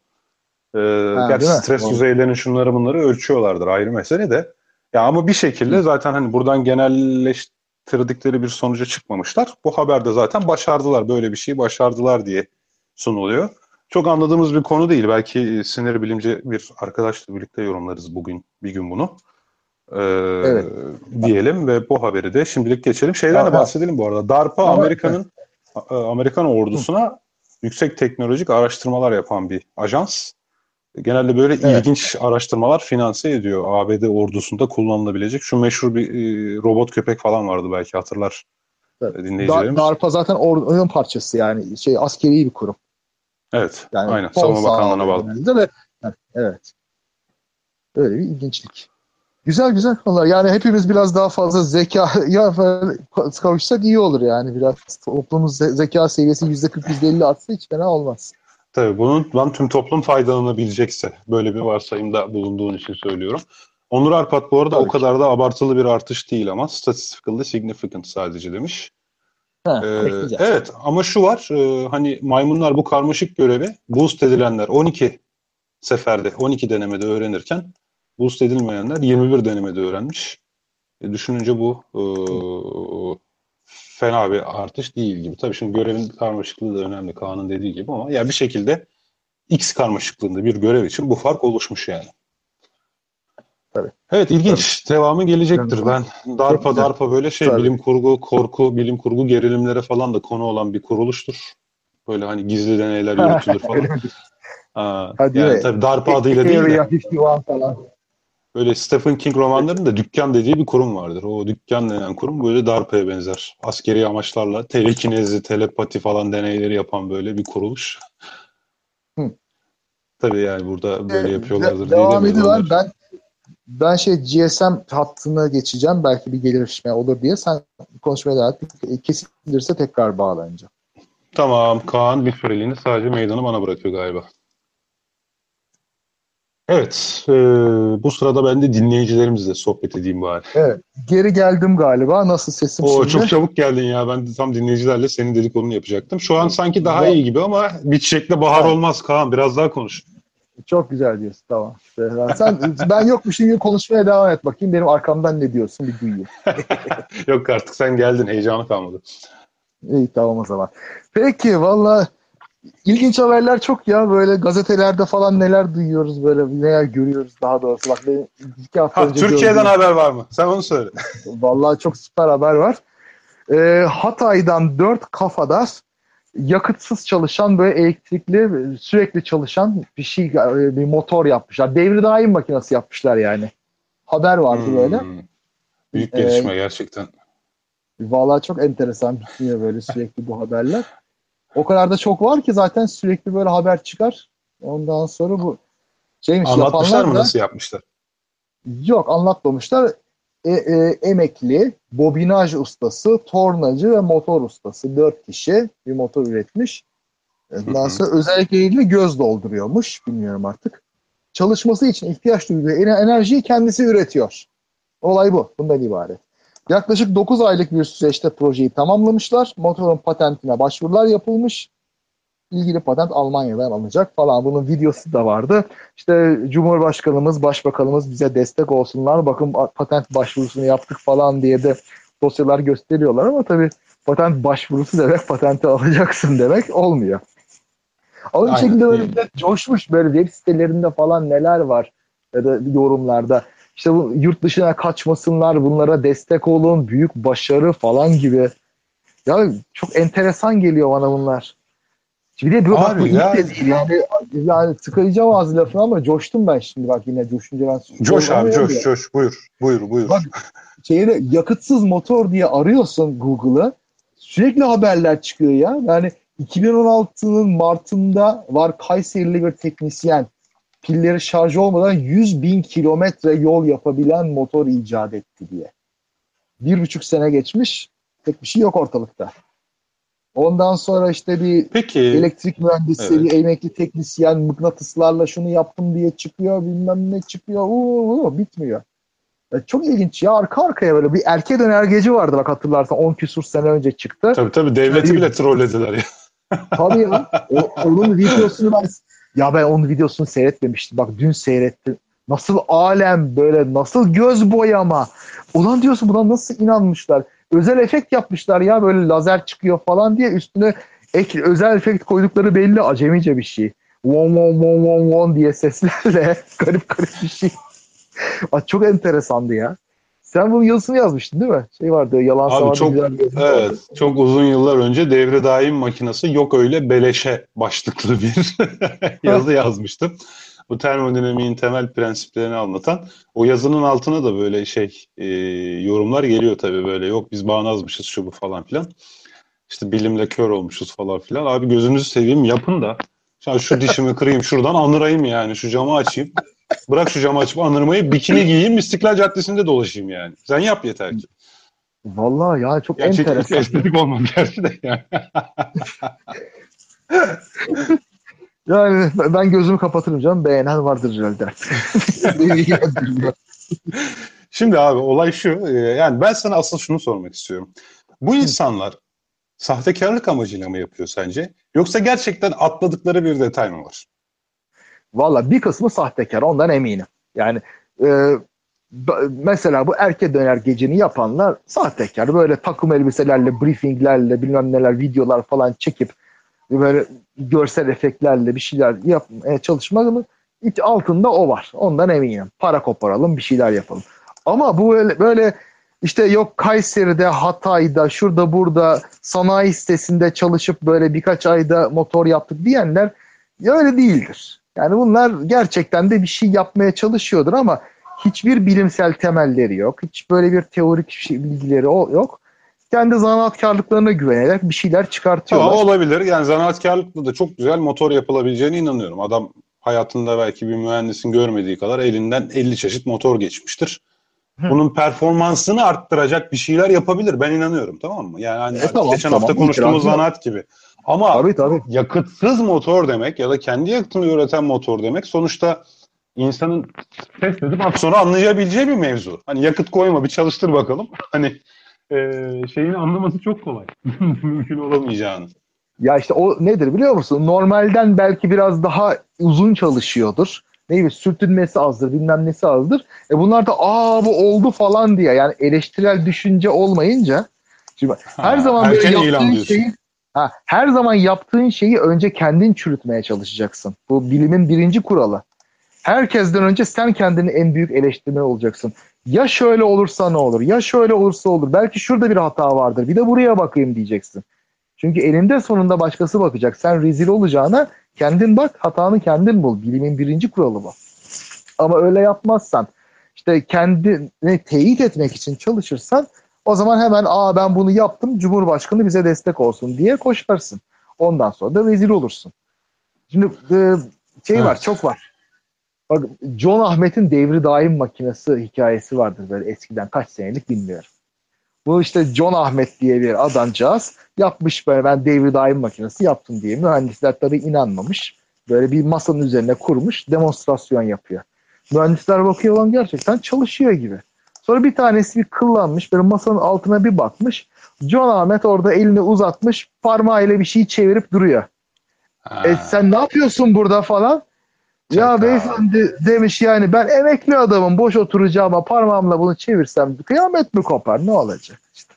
E, Ha, gerçi değil mi? stres Doğru. düzeylerini şunları bunları ölçüyorlardır, ayrı mesele de. Ya ama bir şekilde Hı. zaten hani buradan genelleştirdikleri bir sonuca çıkmamışlar. Bu haberde zaten başardılar, böyle bir şeyi başardılar diye sunuluyor. Çok anladığımız bir konu değil. Belki sinir bilimci bir arkadaşla birlikte yorumlarız bugün bir gün bunu. Ee, Evet. diyelim ve bu haberi de şimdilik geçelim. Şeyden Ha, de ha. bahsedelim bu arada. DARPA Ama heh, Amerika'nın Amerikan hı. ordusuna yüksek teknolojik araştırmalar yapan bir ajans. Genelde böyle Evet. ilginç araştırmalar finanse ediyor. A B D ordusunda kullanılabilecek. Şu meşhur bir e, robot köpek falan vardı, belki hatırlar Evet. e, Da- dinleyicilerimiz. DARPA zaten ordunun parçası, yani şey, askeri bir kurum. Evet, Yani aynen. fon Savunma Bakanlığı'na sağlıyor bağlı. genelde ve heh, evet. Öyle bir ilginçlik. Güzel güzel konular. Yani hepimiz biraz daha fazla zeka ya kavuşsak iyi olur yani. Biraz toplumun ze- zeka seviyesi yüzde kırk yüzde elli artsa hiç fena olmaz. Tabii bunun tüm toplum faydalanabilecekse, böyle bir varsayımda bulunduğun için söylüyorum. Onur Arpat bu arada o Tabii ki. kadar da abartılı bir artış değil ama statistically significant sadece demiş. Ha, Ee, ekleyeceğiz. evet ama şu var, e, hani maymunlar bu karmaşık görevi boost edilenler on iki seferde, on iki denemede öğrenirken boost edilmeyenler yirmi bir denemede öğrenmiş. E, düşününce bu e, fena bir artış değil gibi. Tabii şimdi görevin karmaşıklığı da önemli Kaan'ın dediği gibi ama ya bir şekilde X karmaşıklığında bir görev için bu fark oluşmuş yani. Tabii. Evet Tabii. ilginç. Devamı gelecektir. Ben Çok DARPA güzel. DARPA böyle şey Tabii. bilim kurgu, korku, bilim kurgu gerilimlere falan da konu olan bir kuruluştur. Böyle hani gizli deneyler yürütülür falan. Öyle mi? Ha, Ha, değil yani mi? tabii DARPA adıyla değil Area de elli bir falan. böyle Stephen King romanlarında dükkan dediği bir kurum vardır. O dükkan denen kurum böyle DARPA'ya benzer. Askeri amaçlarla telekinezi, telepati falan deneyleri yapan böyle bir kuruluş. Hı. Tabii yani burada De- böyle de- yapıyorlardır diye devam demeyiz ediyor. onlar. Ben ben şey G S M hattına geçeceğim. Belki bir gelişme olur diye. Sen konuşmaya devam et. Kesilirse tekrar bağlanacağım. Tamam Kaan bir süreliğine sadece meydanı bana bırakıyor galiba. Evet, e, bu sırada ben de dinleyicilerimizle sohbet edeyim bari. Evet. Geri geldim galiba. Nasıl sesim O çok şimdi? çabuk geldin ya. Ben de tam dinleyicilerle senin dedikodunu yapacaktım. Şu an sanki daha Va- iyi gibi ama bir çiçekle bahar ha, olmaz Kaan. Biraz daha konuş. çok güzel diyorsun. Tamam. İşte sen ben yokmuşum gibi konuşmaya devam et bakayım. Benim arkamdan ne diyorsun bir duyayım. Yok artık sen geldin. Heyecanı kalmadı. İyi tamam o zaman. Peki valla ilginç haberler çok ya. Böyle gazetelerde falan neler duyuyoruz böyle neler görüyoruz daha doğrusu. Bak benim iki hafta Ha önce Türkiye'den gördüğüm haber var mı? Sen onu söyle. vallahi çok süper haber var. Ee, Hatay'dan dört kafadar yakıtsız çalışan böyle elektrikli sürekli çalışan bir şey bir motor yapmışlar. Devri daim makinesi yapmışlar yani. Haber vardı böyle. Hmm, büyük Ee, gelişme gerçekten. Vallahi çok enteresan bitmiyor böyle sürekli bu haberler. O kadar da çok var ki zaten sürekli böyle haber çıkar. Ondan sonra bu şeymiş Anlatmışlar yapanlar mı da nasıl yapmışlar? yok anlatmamışlar. E, e, emekli, bobinaj ustası, tornacı ve motor ustası. Dört kişi bir motor üretmiş. Hı Ondan hı. sonra özellikleriyle göz dolduruyormuş. Bilmiyorum artık. Çalışması için ihtiyaç duyduğu enerjiyi kendisi üretiyor. Olay bu. Bundan ibaret. Yaklaşık dokuz aylık bir süreçte projeyi tamamlamışlar. Motorun patentine başvurular yapılmış. İlgili patent Almanya'dan alınacak falan. Bunun videosu da vardı. İşte Cumhurbaşkanımız, Başbakanımız bize destek olsunlar. Bakın patent başvurusunu yaptık falan diye de dosyalar gösteriyorlar ama tabii patent başvurusu demek patenti alacaksın demek olmuyor. Ama bir Aynen. şekilde böyle millet coşmuş böyle web sitelerinde falan neler var ya da yorumlarda. İşte bu yurt dışına kaçmasınlar, bunlara destek olun, büyük başarı falan gibi. Ya çok enteresan geliyor bana bunlar. Bir de bu, bak bu Abi iyi de yani değil yani yani tıkayacağım ağzı lafını ama coştum ben şimdi bak yine coşunca ben coş abi susturamıyorum coş ya. coş buyur. Buyur Bak buyur. şeyde yakıtsız motor diye arıyorsun Google'ı sürekli haberler çıkıyor ya. Yani iki bin on altının Mart'ında var Kayserili bir teknisyen pilleri şarj olmadan yüz bin kilometre yol yapabilen motor icat etti diye. Bir buçuk sene geçmiş tek bir şey yok ortalıkta. Ondan sonra işte bir Peki. elektrik mühendisi, bir Evet. emekli teknisyen mıknatıslarla şunu yaptım diye çıkıyor, bilmem ne çıkıyor, uuu, bitmiyor. Ya çok ilginç ya arka arkaya böyle bir erkek önergeci vardı bak hatırlarsan on küsur sene önce çıktı. Tabii tabii Şöyle devleti bir- bile trollediler ya. tabii ya o, onun videosunu ben ya ben onun videosunu seyretmemiştim. Bak dün seyrettim. Nasıl alem böyle nasıl göz boyama. Ulan diyorsun buna nasıl inanmışlar. Özel efekt yapmışlar ya böyle lazer çıkıyor falan diye üstüne ek, özel efekt koydukları belli acemice bir şey. Von von von von von diye seslerle garip garip bir şey. Aa, çok enteresandı ya. Sen bunun yazısını yazmıştın değil mi? Şey vardı yalan Abi savardı çok güzel bir yazın evet vardı. çok uzun yıllar önce devre daim makinesi yok öyle beleşe başlıklı bir yazı yazmıştım. Bu termodinamiğin temel prensiplerini anlatan. O yazının altına da böyle şey e, yorumlar geliyor tabii böyle yok biz bağnazmışız şu bu falan filan. İşte bilimle kör olmuşuz falan filan. Abi gözünüzü seveyim yapın da. Şu, şu dişimi kırayım şuradan anırayım yani şu camı açayım. Bırak şu camı açıp anırmayı, bikini giyeyim, İstiklal Caddesi'nde dolaşayım yani. Sen yap yeter ki. Vallahi ya çok Gerçek enteresan. estetik olmaz gerçi de yani. Yani ben gözümü kapatırım canım. Beğenen vardır herhalde. Beni ilgilendirmiyor. Şimdi abi olay şu. Yani ben sana asıl şunu sormak istiyorum. Bu insanlar sahtekarlık amacıyla mı yapıyor sence? Yoksa gerçekten atladıkları bir detay mı var? Valla bir kısmı sahtekar, ondan eminim. Yani e, mesela bu erke döner geceni yapanlar sahtekar. Böyle takım elbiselerle, briefinglerle, bilmem neler, videolar falan çekip böyle görsel efektlerle bir şeyler yapmaya çalışmanın iç altında o var. Ondan eminim. Para koparalım, bir şeyler yapalım. Ama bu böyle, böyle işte yok Kayseri'de, Hatay'da, şurada burada sanayi sitesinde çalışıp böyle birkaç ayda motor yaptık diyenler ya öyle değildir. Yani bunlar gerçekten de bir şey yapmaya çalışıyordur ama hiçbir bilimsel temelleri yok. Hiç böyle bir teorik şey, bilgileri yok. Kendi zanaatkarlıklarına güvenerek bir şeyler Tamam, çıkartıyorlar. olabilir. Yani zanaatkarlıkla da çok güzel motor yapılabileceğine inanıyorum. Adam hayatında belki bir mühendisin görmediği kadar elinden elli çeşit motor geçmiştir. Hı. Bunun performansını arttıracak bir şeyler yapabilir. Ben inanıyorum, tamam mı? Yani hani E tamam geçen hafta tamam konuştuğumuz itirazım yok. zanaat gibi. Ama Tabii tabii. yakıtsız motor demek ya da kendi yakıtını üreten motor demek sonuçta insanın test edip az sonra anlayabileceği bir mevzu. Hani yakıt koyma, bir çalıştır bakalım. Hani e, şeyini anlaması çok kolay. Mümkün olamayacağını. Ya işte o nedir biliyor musun? Normalden belki biraz daha uzun çalışıyordur. Ne gibi sürtünmesi azdır, bilmem nesi azdır. E bunlar da aa bu oldu falan diye yani eleştirel düşünce olmayınca şimdi her Ha, zaman böyle erken ilan yaptığın diyorsun. şeyi ha, her zaman yaptığın şeyi önce kendin çürütmeye çalışacaksın. Bu bilimin birinci kuralı. Herkesten önce sen kendini en büyük eleştirmen olacaksın. Ya şöyle olursa ne olur? Ya şöyle olursa olur. Belki şurada bir hata vardır. Bir de buraya bakayım diyeceksin. Çünkü elinde sonunda başkası bakacak. Sen rezil olacağına kendin bak, hatanı kendin bul. Bilimin birinci kuralı bu. Ama öyle yapmazsan, işte kendini teyit etmek için çalışırsan o zaman hemen aa ben bunu yaptım, Cumhurbaşkanı bize destek olsun diye koşarsın. Ondan sonra da rezil olursun. Şimdi e, şey var, Evet. çok var. Bak John Ahmet'in devri daim makinesi hikayesi vardır böyle eskiden kaç senelik bilmiyorum. Bu işte John Ahmet diye bir adamcağız yapmış böyle ben devri daim makinesi yaptım diye. Mühendisler tabii inanmamış. Böyle bir masanın üzerine kurmuş demonstrasyon yapıyor. Mühendisler bakıyor lan gerçekten çalışıyor gibi. Sonra bir tanesi bir kıllanmış böyle masanın altına bir bakmış. John Ahmet orada elini uzatmış parmağıyla bir şey çevirip duruyor. E Ha, sen ne yapıyorsun burada falan? Ya çakal. beyefendi demiş yani ben emekli adamım boş oturacağıma parmağımla bunu çevirsem kıyamet mi kopar ne olacak? İşte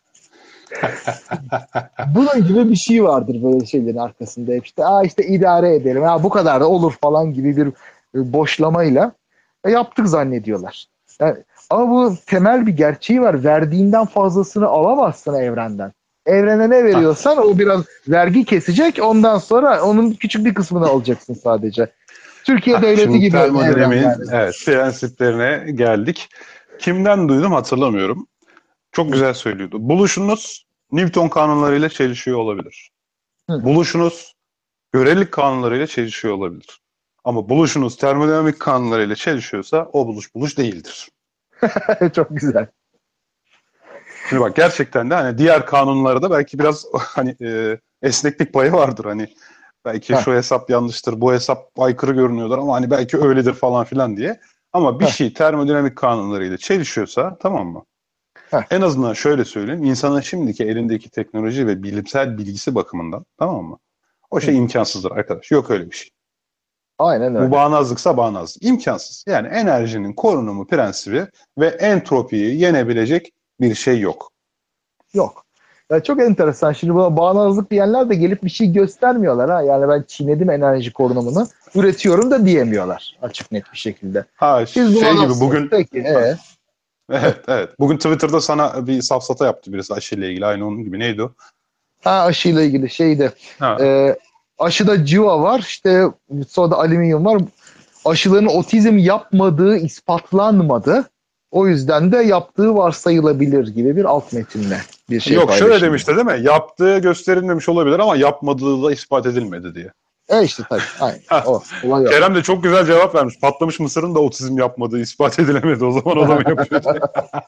bunun gibi bir şey vardır böyle şeylerin arkasında hep işte aa işte idare edelim ha bu kadar da olur falan gibi bir e, boşlamayla e, yaptık zannediyorlar. Yani, ama bu temel bir gerçeği var verdiğinden fazlasını alamazsın evrenden. Evrene ne Ah, veriyorsan o biraz vergi kesecek ondan sonra onun küçük bir kısmını alacaksın sadece. Türkiye ah, devleti şimdi gibi evren termodinamiğin, yani. evet, prensiplerine geldik. Kimden duydum hatırlamıyorum. Çok Hı, güzel söylüyordu. Buluşunuz Newton kanunlarıyla çelişiyor olabilir. hı. Buluşunuz görelilik kanunlarıyla çelişiyor olabilir. Ama buluşunuz termodinamik kanunlarıyla çelişiyorsa o buluş buluş değildir. Çok güzel. Şimdi bak, gerçekten de hani diğer kanunlarda belki biraz hani e, esneklik payı vardır. Hani belki Heh, şu hesap yanlıştır, bu hesap aykırı görünüyordur ama hani belki öyledir falan filan diye. Ama bir heh, şey termodinamik kanunlarıyla çelişiyorsa, tamam mı? heh, En azından şöyle söyleyeyim. İnsanın şimdiki elindeki teknoloji ve bilimsel bilgisi bakımından, tamam mı? O hı. şey imkansızdır arkadaş. Yok öyle bir şey. Aynen Bu öyle. bağnazlıksa bağnazlık. İmkansız. Yani enerjinin korunumu prensibi ve entropiyi yenebilecek bir şey yok. Yok. Ya çok enteresan. Şimdi buna bağnazlık diyenler de gelip bir şey göstermiyorlar ha. Yani ben çiğnedim enerji korunumunu. Üretiyorum da diyemiyorlar açık net bir şekilde. Ha, Siz şey buna gibi nasılsınız? bugün, Peki. E, evet evet, bugün Twitter'da sana bir safsata yaptı birisi aşıyla ilgili, aynı onun gibi, neydi o? ha aşıyla ilgili şeyde Ha, e, aşıda civa var. İşte sonra da alüminyum var. Aşıların otizm yapmadığı ispatlanmadı. O yüzden de yaptığı varsayılabilir gibi bir alt metinle bir şey yok, şöyle paylaşıldı. demişti değil mi? Yaptığı gösterilmemiş olabilir ama yapmadığı da ispat edilmedi diye. E işte tabii. Aynen. O. Olay o. Kerem de çok güzel cevap vermiş. Patlamış mısırın da otizm yapmadığı ispat edilemedi. O zaman o da mı yapıyor diye.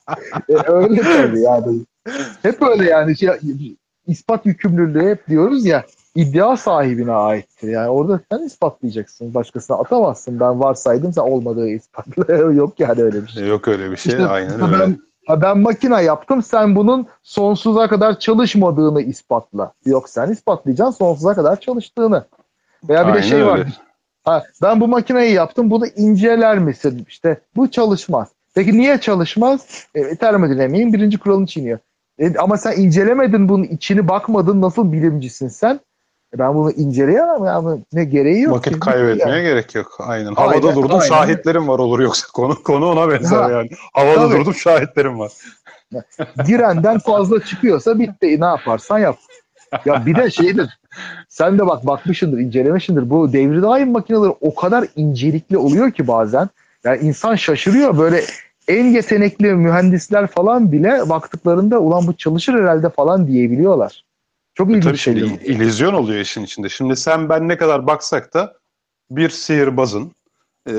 E, öyle tabii yani. Hep öyle yani. Şey, ispat yükümlülüğü hep diyoruz ya, iddia sahibine aittir. Yani orada sen ispatlayacaksın. Başkasına atamazsın. Ben varsaydım, sen olmadığı ispatla. Yok yani öyle bir şey. Yok öyle bir şey. İşte, Aynen ha öyle. ben, ha ben makine yaptım, sen bunun sonsuza kadar çalışmadığını ispatla. Yok, sen ispatlayacaksın sonsuza kadar çalıştığını. Veya bir de Aynen şey var. öyle. Ha, ben bu makineyi yaptım, bunu inceler misin? İşte bu çalışmaz. Peki niye çalışmaz? E, termodinamiğin birinci kuralını çiğniyor. E, ama sen incelemedin, bunun içini bakmadın, nasıl bilimcisin sen? E, ben bunu inceleyemem yani, ne gereği yok. Vakit ki. kaybetmeye Yani. gerek yok. Aynen. Havada Aynen, durdum, aynen. şahitlerim var olur, yoksa konu konu ona benzer Ha, yani. Havada tabii. durdum, şahitlerim var. Girenden fazla çıkıyorsa bitti. Ne yaparsan yap. Ya bir de şeydir. Sen de bak bakmışsındır, incelemişsindir. Bu devri daim makineleri o kadar incelikli oluyor ki bazen. Yani insan şaşırıyor. Böyle en yetenekli mühendisler falan bile baktıklarında ulan bu çalışır herhalde falan diyebiliyorlar. Çok E ilginç tabii şimdi şeyler bu. illüzyon oluyor işin içinde. Şimdi sen ben ne kadar baksak da bir sihirbazın e,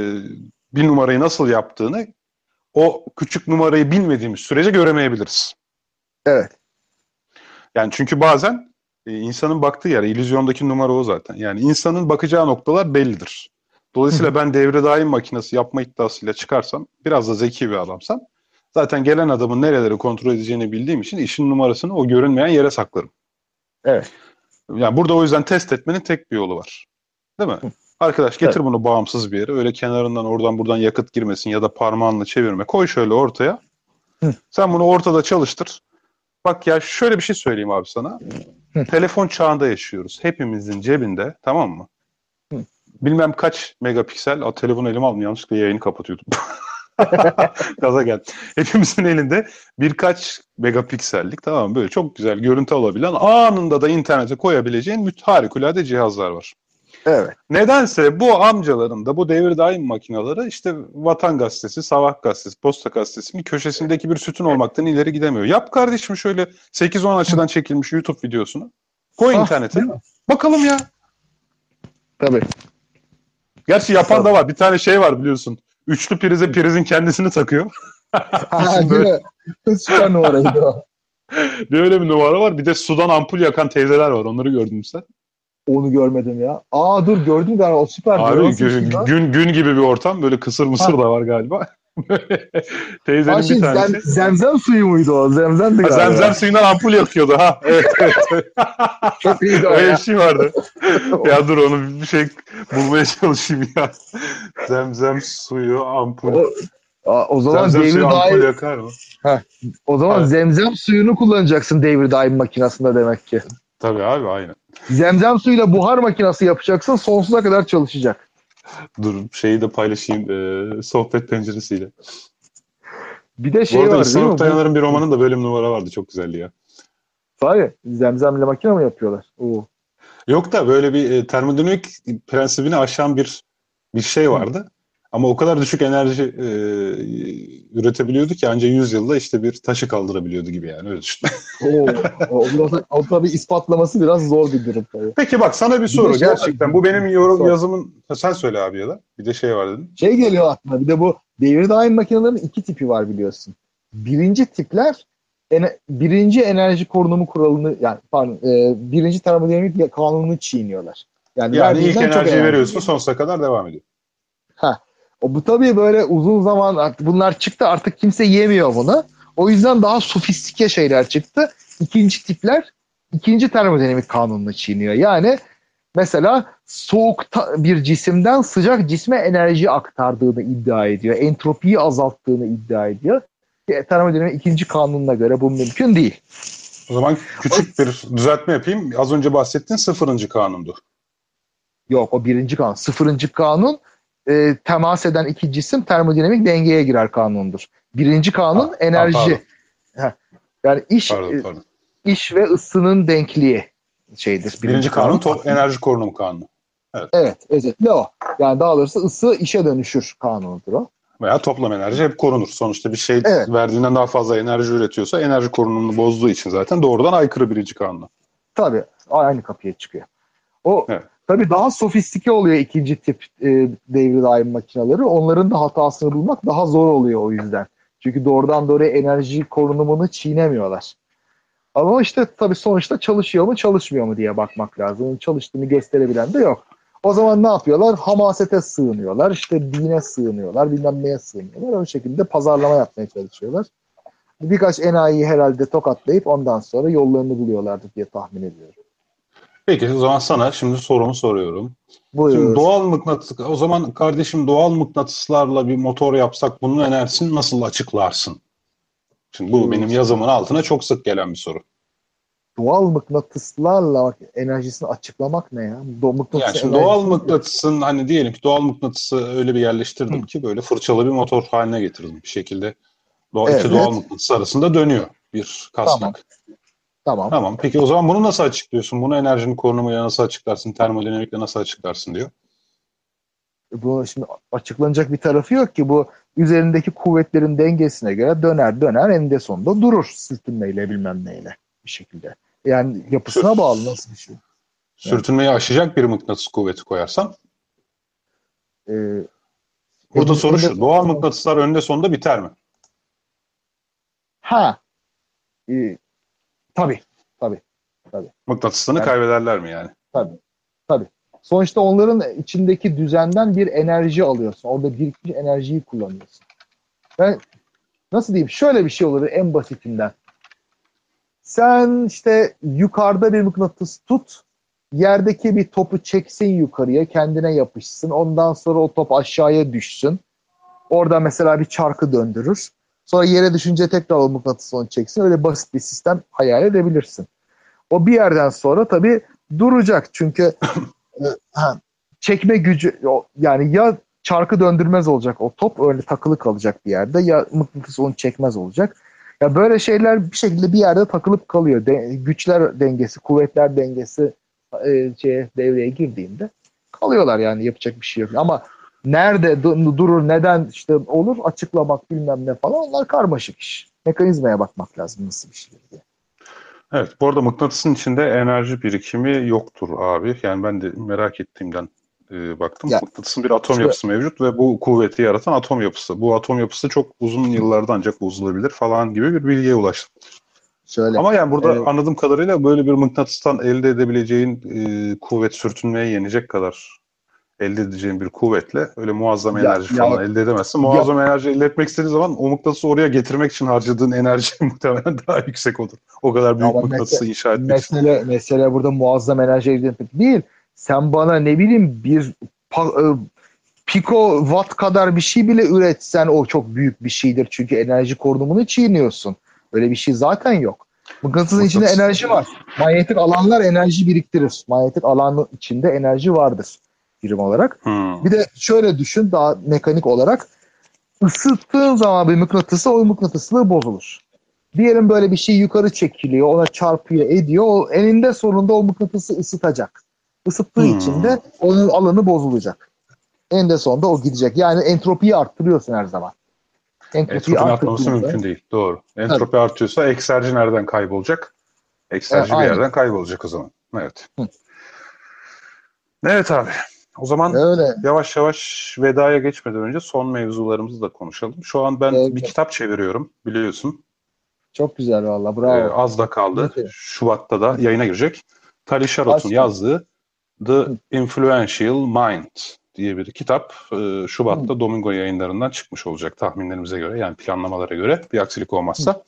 bir numarayı nasıl yaptığını o küçük numarayı bilmediğimiz sürece göremeyebiliriz. Evet. Yani çünkü bazen e, insanın baktığı yer, illüzyondaki numara o zaten. Yani insanın bakacağı noktalar bellidir. Dolayısıyla ben devre daim makinesi yapma iddiasıyla çıkarsam, biraz da zeki bir adamsam, zaten gelen adamın nereleri kontrol edeceğini bildiğim için işin numarasını o görünmeyen yere saklarım. Evet. Yani burada o yüzden test etmenin tek bir yolu var. Değil mi? Arkadaş getir Evet. bunu bağımsız bir yere. Öyle kenarından oradan buradan yakıt girmesin ya da parmağınla çevirme. Koy şöyle ortaya. Hı. Sen bunu ortada çalıştır. Bak ya şöyle bir şey söyleyeyim abi sana. Hı. Telefon çağında yaşıyoruz. Hepimizin cebinde, tamam mı? Hı. Bilmem kaç megapiksel. A, telefonu elime aldım. Yanlışlıkla yayını kapatıyordum. Gaza geldi. Hepimizin elinde birkaç megapiksellik, tamam mı? Böyle çok güzel görüntü alabilen, anında da internete koyabileceğin harikulade cihazlar var. Evet. Nedense bu amcaların da bu devir daim makineleri işte Vatan Gazetesi, Sabah Gazetesi, Posta Gazetesi'nin köşesindeki bir sütun olmaktan ileri gidemiyor. Yap kardeşim şöyle sekiz on açıdan çekilmiş YouTube videosunu. Koy Ah, internete. değil mi? Bakalım ya. Tabii. Gerçi yapan Tabii. da var. Bir tane şey var biliyorsun. Üçlü prize prizin kendisini takıyor. Ha, Şimdi değil böyle, mi? Süper numaraydı o. bir öyle bir numara var. Bir de sudan ampul yakan teyzeler var. Onları gördün mü sen? Onu görmedim ya. Aa dur, gördüm galiba, o süperdi. O Abi nasıl bir şey gün, lan? gün, gün gibi bir ortam. Böyle kısır mısır Ha, da var galiba. ha Teyzenin bir şey, zem, tanesi. zemzem suyu muydu o? Zemzemdi Ha, zemzem galiba. suyundan ampul yakıyordu. Ha, evet, evet, evet. Çok iyiydi o Öyle bir ya. şey vardı. Ya dur onu bir şey bulmaya çalışayım ya. Zemzem suyu ampul. O, a- o zaman Zemzem suyu devir ampul daim yakar mı? ha, o zaman Ha, zemzem suyunu kullanacaksın devir daim makinesinde demek ki. tabii abi aynen. Zemzem suyuyla buhar makinesi yapacaksın, sonsuza kadar çalışacak. Dur şeyi de paylaşayım e, sohbet penceresiyle. Bir de Bu şey arada var değil İhsan mi? Oktay Bu Yanar'ın bir romanında böyle bir numara vardı. Çok güzeldi ya. var zemzemle makine mi yapıyorlar? Oo. Yok da böyle bir e, termodinamik prensibini aşan bir bir şey Hı. vardı. Ama o kadar düşük enerji e, üretebiliyordu ki ancak yüz yılda işte bir taşı kaldırabiliyordu gibi yani öyle düşün. Oo. O, biraz, o tabii ispatlaması biraz zor bir durum tabii. Peki bak sana bir Bir de soru şey var. gerçekten. Bu benim yorum, Sor. yazımın. Ha, sen söyle abi ya da. Bir de şey var dedim. Şey geliyor aklıma. Bir de bu devir daim makinelerin iki tipi var biliyorsun. Birinci tipler ene- birinci enerji korunumu kuralını, yani pardon, e, birinci termodinamik kanununu çiğniyorlar. Yani Yani ilk verdiğinden çok enerjiyi enerji veriyorsun geliyor. sonsuza kadar devam ediyor. Ha. O, bu tabii böyle uzun zaman artık bunlar çıktı, artık kimse yemiyor bunu. O yüzden daha sofistike şeyler çıktı. İkinci tipler ikinci termodinamik kanununu çiğniyor. Yani mesela soğuk bir cisimden sıcak cisme enerji aktardığını iddia ediyor. Entropiyi azalttığını iddia ediyor. Termodinamiğin ikinci kanununa göre bu mümkün değil. O zaman küçük bir düzeltme yapayım. Az önce bahsettiğin sıfırıncı kanundu. Yok, o birinci kanun. Sıfırıncı kanun e, temas eden iki cisim termodinamik dengeye girer kanundur. Birinci kanun Ha, ha, pardon. enerji. Heh. Yani iş Pardon, e, pardon. iş ve ısının denkliği şeydir. Birinci, Birinci kanun kanun. to- enerji korunumu kanunu. Evet. Evet, özetle o. Yani daha doğrusu ısı işe dönüşür kanunudur o. Veya toplam enerji hep korunur. Sonuçta bir şey Evet. verdiğinden daha fazla enerji üretiyorsa enerji korunumunu bozduğu için zaten doğrudan aykırı birinci kanuna. Tabii aynı kapıya çıkıyor. O Evet. Tabii daha sofistike oluyor ikinci tip e, devri daim makineleri. Onların da hatasını bulmak daha zor oluyor o yüzden. Çünkü doğrudan doğruya enerji korunumunu çiğnemiyorlar. Ama işte tabii sonuçta çalışıyor mu çalışmıyor mu diye bakmak lazım. Onun çalıştığını gösterebilen de yok. O zaman ne yapıyorlar? Hamasete sığınıyorlar, işte dine sığınıyorlar, bilmem neye sığınıyorlar. O şekilde pazarlama yapmaya çalışıyorlar. Birkaç enayiyi herhalde tokatlayıp ondan sonra yollarını buluyorlardı diye tahmin ediyorum. Peki o zaman sana şimdi sorumu soruyorum. Şimdi Buyur. doğal mıknatıs, o zaman kardeşim doğal mıknatıslarla bir motor yapsak bunun enerjisini nasıl açıklarsın? Şimdi bu benim Ee, yazımın altına çok sık gelen bir soru. Doğal mıknatıslarla bak, enerjisini açıklamak ne ya? Do Yani mıknatısın şimdi doğal enerjisi ne? mıknatısın hani diyelim ki doğal mıknatısı öyle bir Hı. yerleştirdim ki böyle fırçalı bir motor haline getirdim bir şekilde. Doğa, iki doğal Evet. mıknatıs arasında dönüyor bir Tamam. kasnak. Tamam. Tamam. Peki o zaman bunu nasıl açıklıyorsun? Bunu enerjinin korunumuyla nasıl açıklarsın? Termodinamikle nasıl açıklarsın diyor. Bu şimdi açıklanacak bir tarafı yok ki. Bu üzerindeki kuvvetlerin dengesine göre döner döner eninde sonunda durur sürtünmeyle bilmem neyle bir şekilde. Yani yapısına Sür, bağlı nasıl bir şey. Yani, sürtünmeyi aşacak bir mıknatıs kuvveti koyarsam. e, Burada en, soru eninde şu. Doğal sonunda mıknatıslar önünde sonunda biter mi? ha e, tabii tabii tabii. Mıknatıslarını Yani kaybederler mi yani? tabii tabii. Sonuçta onların içindeki düzenden bir enerji alıyorsun. Orada birikmiş enerjiyi kullanıyorsun. Ben nasıl diyeyim? Şöyle bir şey olur en basitinden. Sen işte yukarıda bir mıknatıs tut, yerdeki bir topu çeksin yukarıya, kendine yapışsın. Ondan sonra o top aşağıya düşsün. Orada mesela bir çarkı döndürür. Sonra yere düşünce tekrar o mıknatıs onu çeksin. Öyle basit bir sistem hayal edebilirsin. O bir yerden sonra tabii duracak. Çünkü e, ha, çekme gücü yani ya çarkı döndürmez olacak o top öyle takılı kalacak bir yerde ya mıknatıs onu çekmez olacak. Ya böyle şeyler bir şekilde bir yerde takılıp kalıyor. De, güçler dengesi, kuvvetler dengesi e, şeye, devreye girdiğinde kalıyorlar yani yapacak bir şey yok. Ama nerede durur, neden işte olur açıklamak bilmem ne falan onlar karmaşık iş. Mekanizmaya bakmak lazım nasıl bir şey diye. Evet, bu arada mıknatısın içinde enerji birikimi yoktur abi. Yani ben de merak ettiğimden e, baktım. Ya Mıknatısın bir atom şu, yapısı mevcut ve bu kuvveti yaratan atom yapısı. Bu atom yapısı çok uzun yıllarda ancak bozulabilir falan gibi bir bilgiye ulaştım. şöyle Ama yani e, burada anladığım kadarıyla böyle bir mıknatıstan elde edebileceğin e, kuvvet sürtünmeye yenecek kadar elde edeceğin bir kuvvetle öyle muazzam ya, enerji ya, falan elde edemezsin. ya Muazzam enerji elde etmek istediğin zaman o mıknatısı oraya getirmek için harcadığın enerji muhtemelen daha yüksek olur. O kadar büyük ama mesele, mıknatısı inşa etmek için. mesele, mesele burada muazzam enerji elde etmek değil. Sen bana ne bileyim bir pa- e, piko watt kadar bir şey bile üretsen o çok büyük bir şeydir. Çünkü enerji korunumunu çiğniyorsun. Öyle bir şey zaten yok. Mıknatısın içinde Mıknatıs. enerji var. Manyetik alanlar enerji biriktirir. Manyetik alanın içinde enerji vardır birim olarak. Hmm. Bir de şöyle düşün daha mekanik olarak. Isıttığın zaman bir mıknatısı o mıknatıslığı bozulur. Diyelim böyle bir şey yukarı çekiliyor, ona çarpıyor, ediyor. O eninde sonunda o mıknatısı ısıtacak. Isıttığı için Hmm. de onun alanı bozulacak. Eninde sonunda o gidecek. Yani entropiyi arttırıyorsun her zaman. Entropiyi Entropinin artmaması arttırdığın zaman mümkün değil. Doğru. tabii. Entropi artıyorsa ekserji nereden kaybolacak? E, Ekserji bir aynen. yerden kaybolacak o zaman. Evet. Hı. Evet abi. O zaman Öyle. yavaş yavaş vedaya geçmeden önce son mevzularımızı da konuşalım. Şu an ben bir E, kitap çeviriyorum biliyorsun. çok güzel valla Ee, bravo. az da kaldı. Neyse. Şubat'ta da Hı. yayına girecek. Tali Sharot'un Aşk. yazdığı The Hı. Influential Mind diye bir kitap e, Hı. Şubat'ta Domingo yayınlarından çıkmış olacak tahminlerimize göre. Yani planlamalara göre bir aksilik Hı. olmazsa.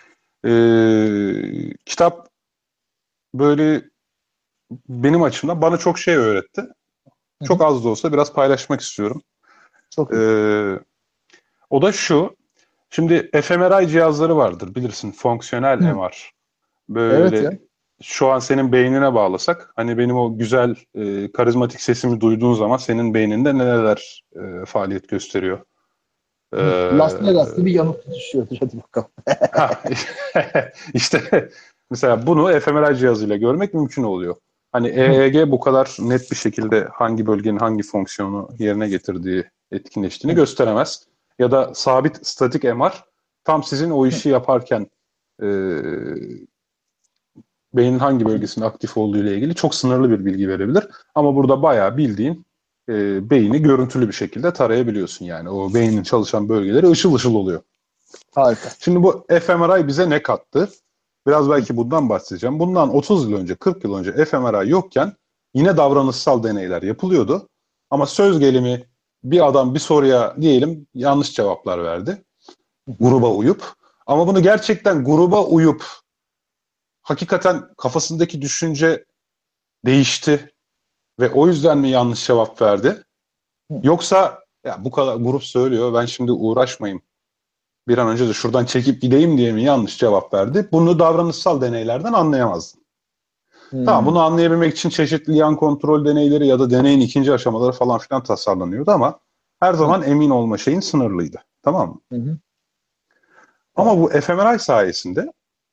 Ee, kitap böyle benim açımdan bana çok şey öğretti. Hı Çok hı. az da olsa biraz paylaşmak istiyorum. Çok iyi. Ee, o da şu. Şimdi fMRI cihazları vardır bilirsin. Fonksiyonel Hı. M R. Evet ya. Böyle şu an senin beynine bağlasak hani benim o güzel e, karizmatik sesimi duyduğun zaman senin beyninde neler e, faaliyet gösteriyor. Hı. Ee, Las Vegas'ta bir yanıp tutuşuyordur. Hadi bakalım. ha, işte mesela bunu fMRI cihazıyla görmek mümkün oluyor. Hani Hı. E E G bu kadar net bir şekilde hangi bölgenin hangi fonksiyonu yerine getirdiği, etkinleştiğini Hı. gösteremez. Ya da sabit statik M R tam sizin o Hı. işi yaparken e, beynin hangi bölgesinin aktif olduğu ile ilgili çok sınırlı bir bilgi verebilir. Ama burada bayağı bildiğin e, beyni görüntülü bir şekilde tarayabiliyorsun yani. O beynin çalışan bölgeleri ışıl ışıl oluyor. Harika. Şimdi bu F M R I bize ne kattı? Biraz belki bundan bahsedeceğim. Bundan otuz yıl önce, kırk yıl önce F M R I yokken yine davranışsal deneyler yapılıyordu. Ama söz gelimi bir adam bir soruya diyelim yanlış cevaplar verdi. Gruba uyup. Ama bunu gerçekten gruba uyup hakikaten kafasındaki düşünce değişti ve o yüzden mi yanlış cevap verdi? Yoksa ya bu kadar grup söylüyor ben şimdi uğraşmayayım. Bir an önce de şuradan çekip gideyim diye mi yanlış cevap verdi? Bunu davranışsal deneylerden anlayamazdın. Hmm. Tamam, bunu anlayabilmek için çeşitli yan kontrol deneyleri ya da deneyin ikinci aşamaları falan filan tasarlanıyordu ama her zaman hı. emin olma şeyin sınırlıydı. Tamam mı? Hı hı. Ama bu F M R I sayesinde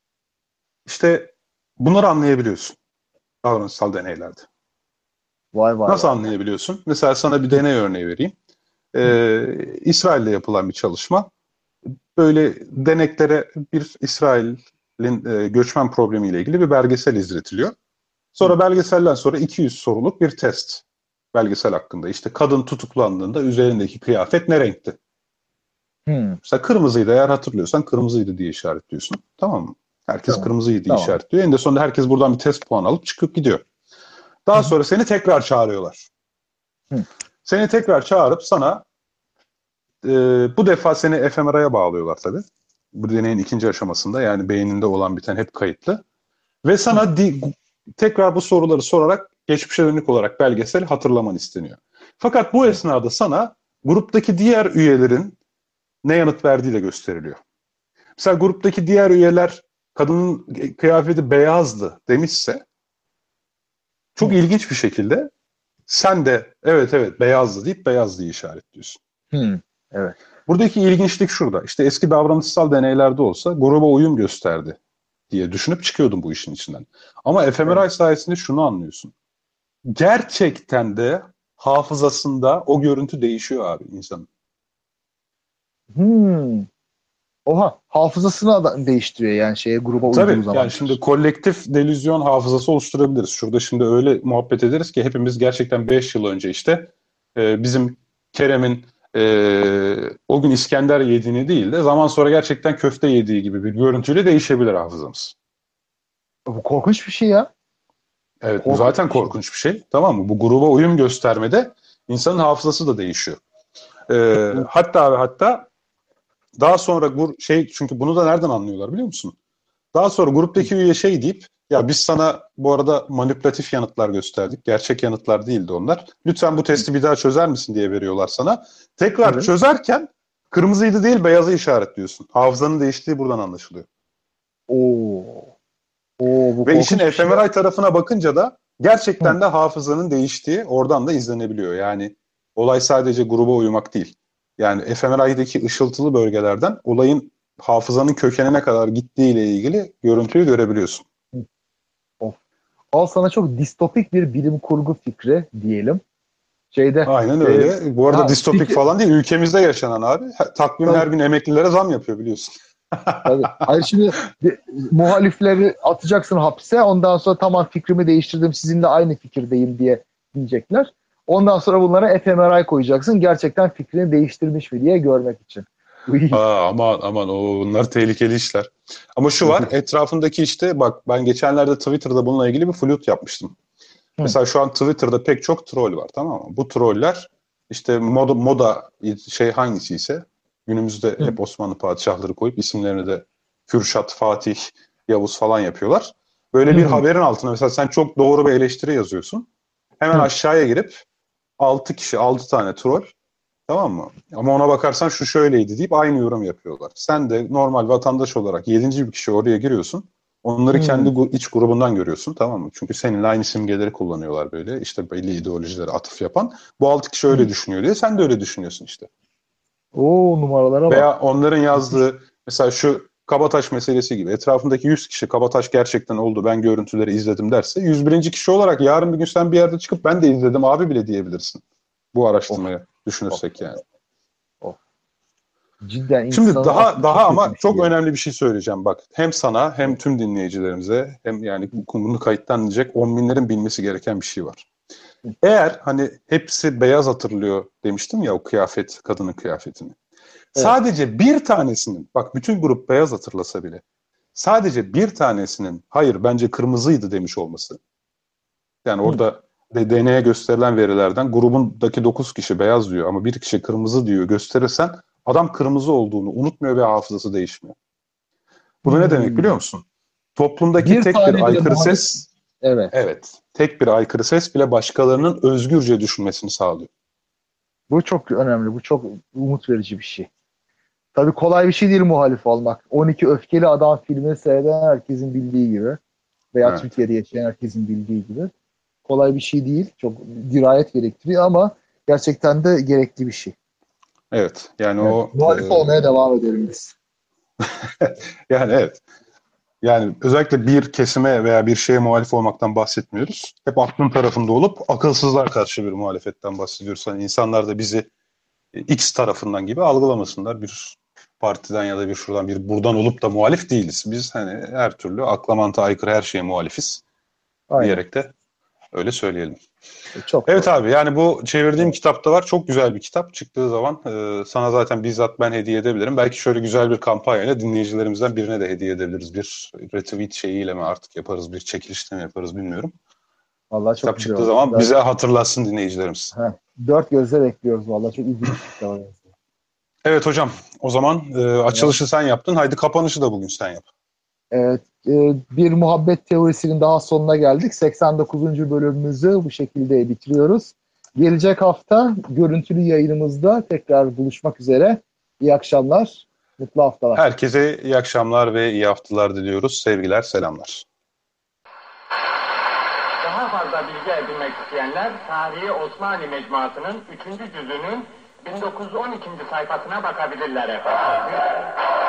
işte bunları anlayabiliyorsun davranışsal deneylerde. Vay vay Nasıl vay. anlayabiliyorsun? Mesela sana bir deney örneği vereyim. Ee, İsrail'de yapılan bir çalışma. Böyle deneklere bir İsrail'in e, göçmen problemiyle ilgili bir belgesel izletiliyor. Sonra belgeselden sonra iki yüz soruluk bir test belgesel hakkında. İşte kadın tutuklandığında üzerindeki kıyafet ne renkti? Hmm. Mesela kırmızıydı, eğer hatırlıyorsan kırmızıydı diye işaretliyorsun. Tamam mı? Herkes tamam. Kırmızıydı diye tamam. işaretliyor. En de sonunda herkes buradan bir test puanı alıp çıkıp gidiyor. Daha Hı. sonra seni tekrar çağırıyorlar. Hı. Seni tekrar çağırıp sana e, bu defa seni F M R I'ye bağlıyorlar tabii. Bu deneyin ikinci aşamasında, yani beyninde olan biten hep kayıtlı. Ve sana di, tekrar bu soruları sorarak geçmişe dönük olarak belgesel hatırlaman isteniyor. Fakat bu esnada sana gruptaki diğer üyelerin ne yanıt verdiği de gösteriliyor. Mesela gruptaki diğer üyeler kadının kıyafeti beyazdı demişse çok Hı. ilginç bir şekilde sen de evet evet beyazdı deyip beyaz diye işaretliyorsun. Hı. Evet. Buradaki ilginçlik şurada. İşte eski davranışsal deneylerde olsa gruba uyum gösterdi diye düşünüp çıkıyordum bu işin içinden. Ama F M R I evet. sayesinde şunu anlıyorsun. Gerçekten de hafızasında o görüntü değişiyor abi insanın. Hmm. Oha, hafızasını da değiştiriyor yani şeye gruba uyduğu Tabii, zaman. yani şimdi kolektif delüzyon hafızası oluşturabiliriz. Şurada şimdi öyle muhabbet ederiz ki hepimiz gerçekten beş yıl önce işte e, bizim Kerem'in e, o gün İskender yediğini değil de zaman sonra gerçekten köfte yediği gibi bir görüntüyle değişebilir hafızamız. Bu korkunç bir şey ya. Evet, korkunç bu zaten bir korkunç şey. bir şey. Tamam mı? Bu gruba uyum göstermede insanın hafızası da değişiyor. Ee, hatta ve hatta daha sonra bu şey, çünkü bunu da nereden anlıyorlar biliyor musun? Daha sonra gruptaki üye şey deyip ya biz sana bu arada manipülatif yanıtlar gösterdik. Gerçek yanıtlar değildi onlar. Lütfen bu testi bir daha çözer misin diye veriyorlar sana. Tekrar evet. çözerken kırmızıydı değil beyazı işaretliyorsun. Hafızanın değiştiği buradan anlaşılıyor. Oo. Oo, bu ve işin şey. F M R I tarafına bakınca da gerçekten Hı. de hafızanın değiştiği oradan da izlenebiliyor. Yani olay sadece gruba uyumak değil. Yani F M R I'deki ışıltılı bölgelerden olayın hafızanın kökenine kadar gittiğiyle ilgili görüntüyü görebiliyorsun. Of. Al sana çok distopik bir bilim kurgu fikri diyelim. Şeyde. Aynen öyle. E, Bu arada ha, distopik fikri... falan değil. Ülkemizde yaşanan abi. Takvim Tabii. her gün emeklilere zam yapıyor biliyorsun. Tabii. Hayır şimdi de, muhalifleri atacaksın hapse, ondan sonra tamam fikrimi değiştirdim sizinle aynı fikirdeyim diye diyecekler. Ondan sonra bunlara F M R I koyacaksın gerçekten fikrini değiştirmiş mi diye görmek için. Aa, aman aman o bunlar tehlikeli işler. Ama şu var etrafındaki işte bak ben geçenlerde Twitter'da bununla ilgili bir flüt yapmıştım. Hı. Mesela şu an Twitter'da pek çok troll var, tamam mı? Bu troller işte moda, moda şey hangisi ise günümüzde Hı. hep Osmanlı padişahları koyup isimlerini de Kürşat, Fatih, Yavuz falan yapıyorlar. Böyle Hı. bir haberin altına mesela sen çok doğru bir eleştiri yazıyorsun. Hemen Hı. aşağıya girip altı kişi, altı tane troll, tamam mı? Ama ona bakarsan şu şöyleydi deyip aynı yorum yapıyorlar. Sen de normal vatandaş olarak yedinci bir kişi oraya giriyorsun. Onları hmm. kendi iç grubundan görüyorsun, tamam mı? Çünkü seninle aynı simgeleri kullanıyorlar böyle. İşte belli ideolojilere atıf yapan. Bu altı kişi öyle hmm. düşünüyor diye sen de öyle düşünüyorsun işte. Oo, numaralara bak. Veya onların yazdığı mesela şu Kabataş meselesi gibi etrafındaki yüz kişi Kabataş gerçekten oldu ben görüntüleri izledim derse yüz birinci kişi olarak yarın bir gün sen bir yerde çıkıp ben de izledim abi bile diyebilirsin. Bu araştırmaya of. düşünürsek of. yani. Of. cidden Şimdi insanın daha aklını daha ama götürmüş çok gibi. önemli bir şey söyleyeceğim bak. Hem sana hem tüm dinleyicilerimize hem yani bu bunu kayıttan dinleyecek on binlerin bilmesi gereken bir şey var. Eğer hani hepsi beyaz hatırlıyor demiştim ya o kıyafet, kadının kıyafetini. Evet. Sadece bir tanesinin, bak bütün grup beyaz hatırlasa bile, sadece bir tanesinin hayır bence kırmızıydı demiş olması. Yani Hı. orada de D N A'ya gösterilen verilerden grubundaki dokuz kişi beyaz diyor ama bir kişi kırmızı diyor gösterirsen adam kırmızı olduğunu unutmuyor ve hafızası değişmiyor. Bu da ne demek biliyor Hmm. musun? Toplumdaki Bir tek tane bir bile aykırı muhalif. ses, Evet. evet, tek bir aykırı ses bile başkalarının özgürce düşünmesini sağlıyor. Bu çok önemli. Bu çok umut verici bir şey. Tabii kolay bir şey değil muhalif olmak. on iki Öfkeli Adam filmini seyreden herkesin bildiği gibi veya Evet, Türkiye'de yaşayan herkesin bildiği gibi. Kolay bir şey değil. Çok dirayet gerektiriyor ama gerçekten de gerekli bir şey. evet. Yani Evet. o e, Muhalif olmaya devam edelim biz. yani evet. Yani özellikle bir kesime veya bir şeye muhalif olmaktan bahsetmiyoruz. Hep aklın tarafında olup akılsızlar karşı bir muhalefetten bahsediyoruz. Hani insanlar da bizi X tarafından gibi algılamasınlar. Bir partiden ya da bir şuradan bir buradan olup da muhalif değiliz. Biz hani her türlü akla mantığa aykırı her şeye muhalifiz Aynen. diyerek de öyle söyleyelim. Çok Evet doğru. abi yani bu çevirdiğim Evet. kitapta var. Çok güzel bir kitap. Çıktığı zaman e, sana zaten bizzat ben hediye edebilirim. Belki şöyle güzel bir kampanyayla dinleyicilerimizden birine de hediye edebiliriz. Bir retweet şeyiyle mi artık yaparız, bir çekilişle mi yaparız bilmiyorum. Vallahi çok Kitap güzel çıktığı olur. zaman Dört, bize hatırlatsın dinleyicilerimiz. heh, dört gözle bekliyoruz vallahi. Çok ilginç bir kitap. Evet hocam o zaman e, Evet. açılışı sen yaptın. Haydi kapanışı da bugün sen yap. Evet, e, bir muhabbet teorisinin daha sonuna geldik. seksen dokuzuncu bölümümüzü bu şekilde bitiriyoruz. Gelecek hafta görüntülü yayınımızda tekrar buluşmak üzere. İyi akşamlar, mutlu haftalar. Herkese iyi akşamlar ve iyi haftalar diliyoruz. Sevgiler, selamlar. Daha fazla bilgi edinmek isteyenler Tarihi Osmanlı Mecmuası'nın üçüncü cüzünün bin dokuz yüz on ikinci sayfasına bakabilirler efendim.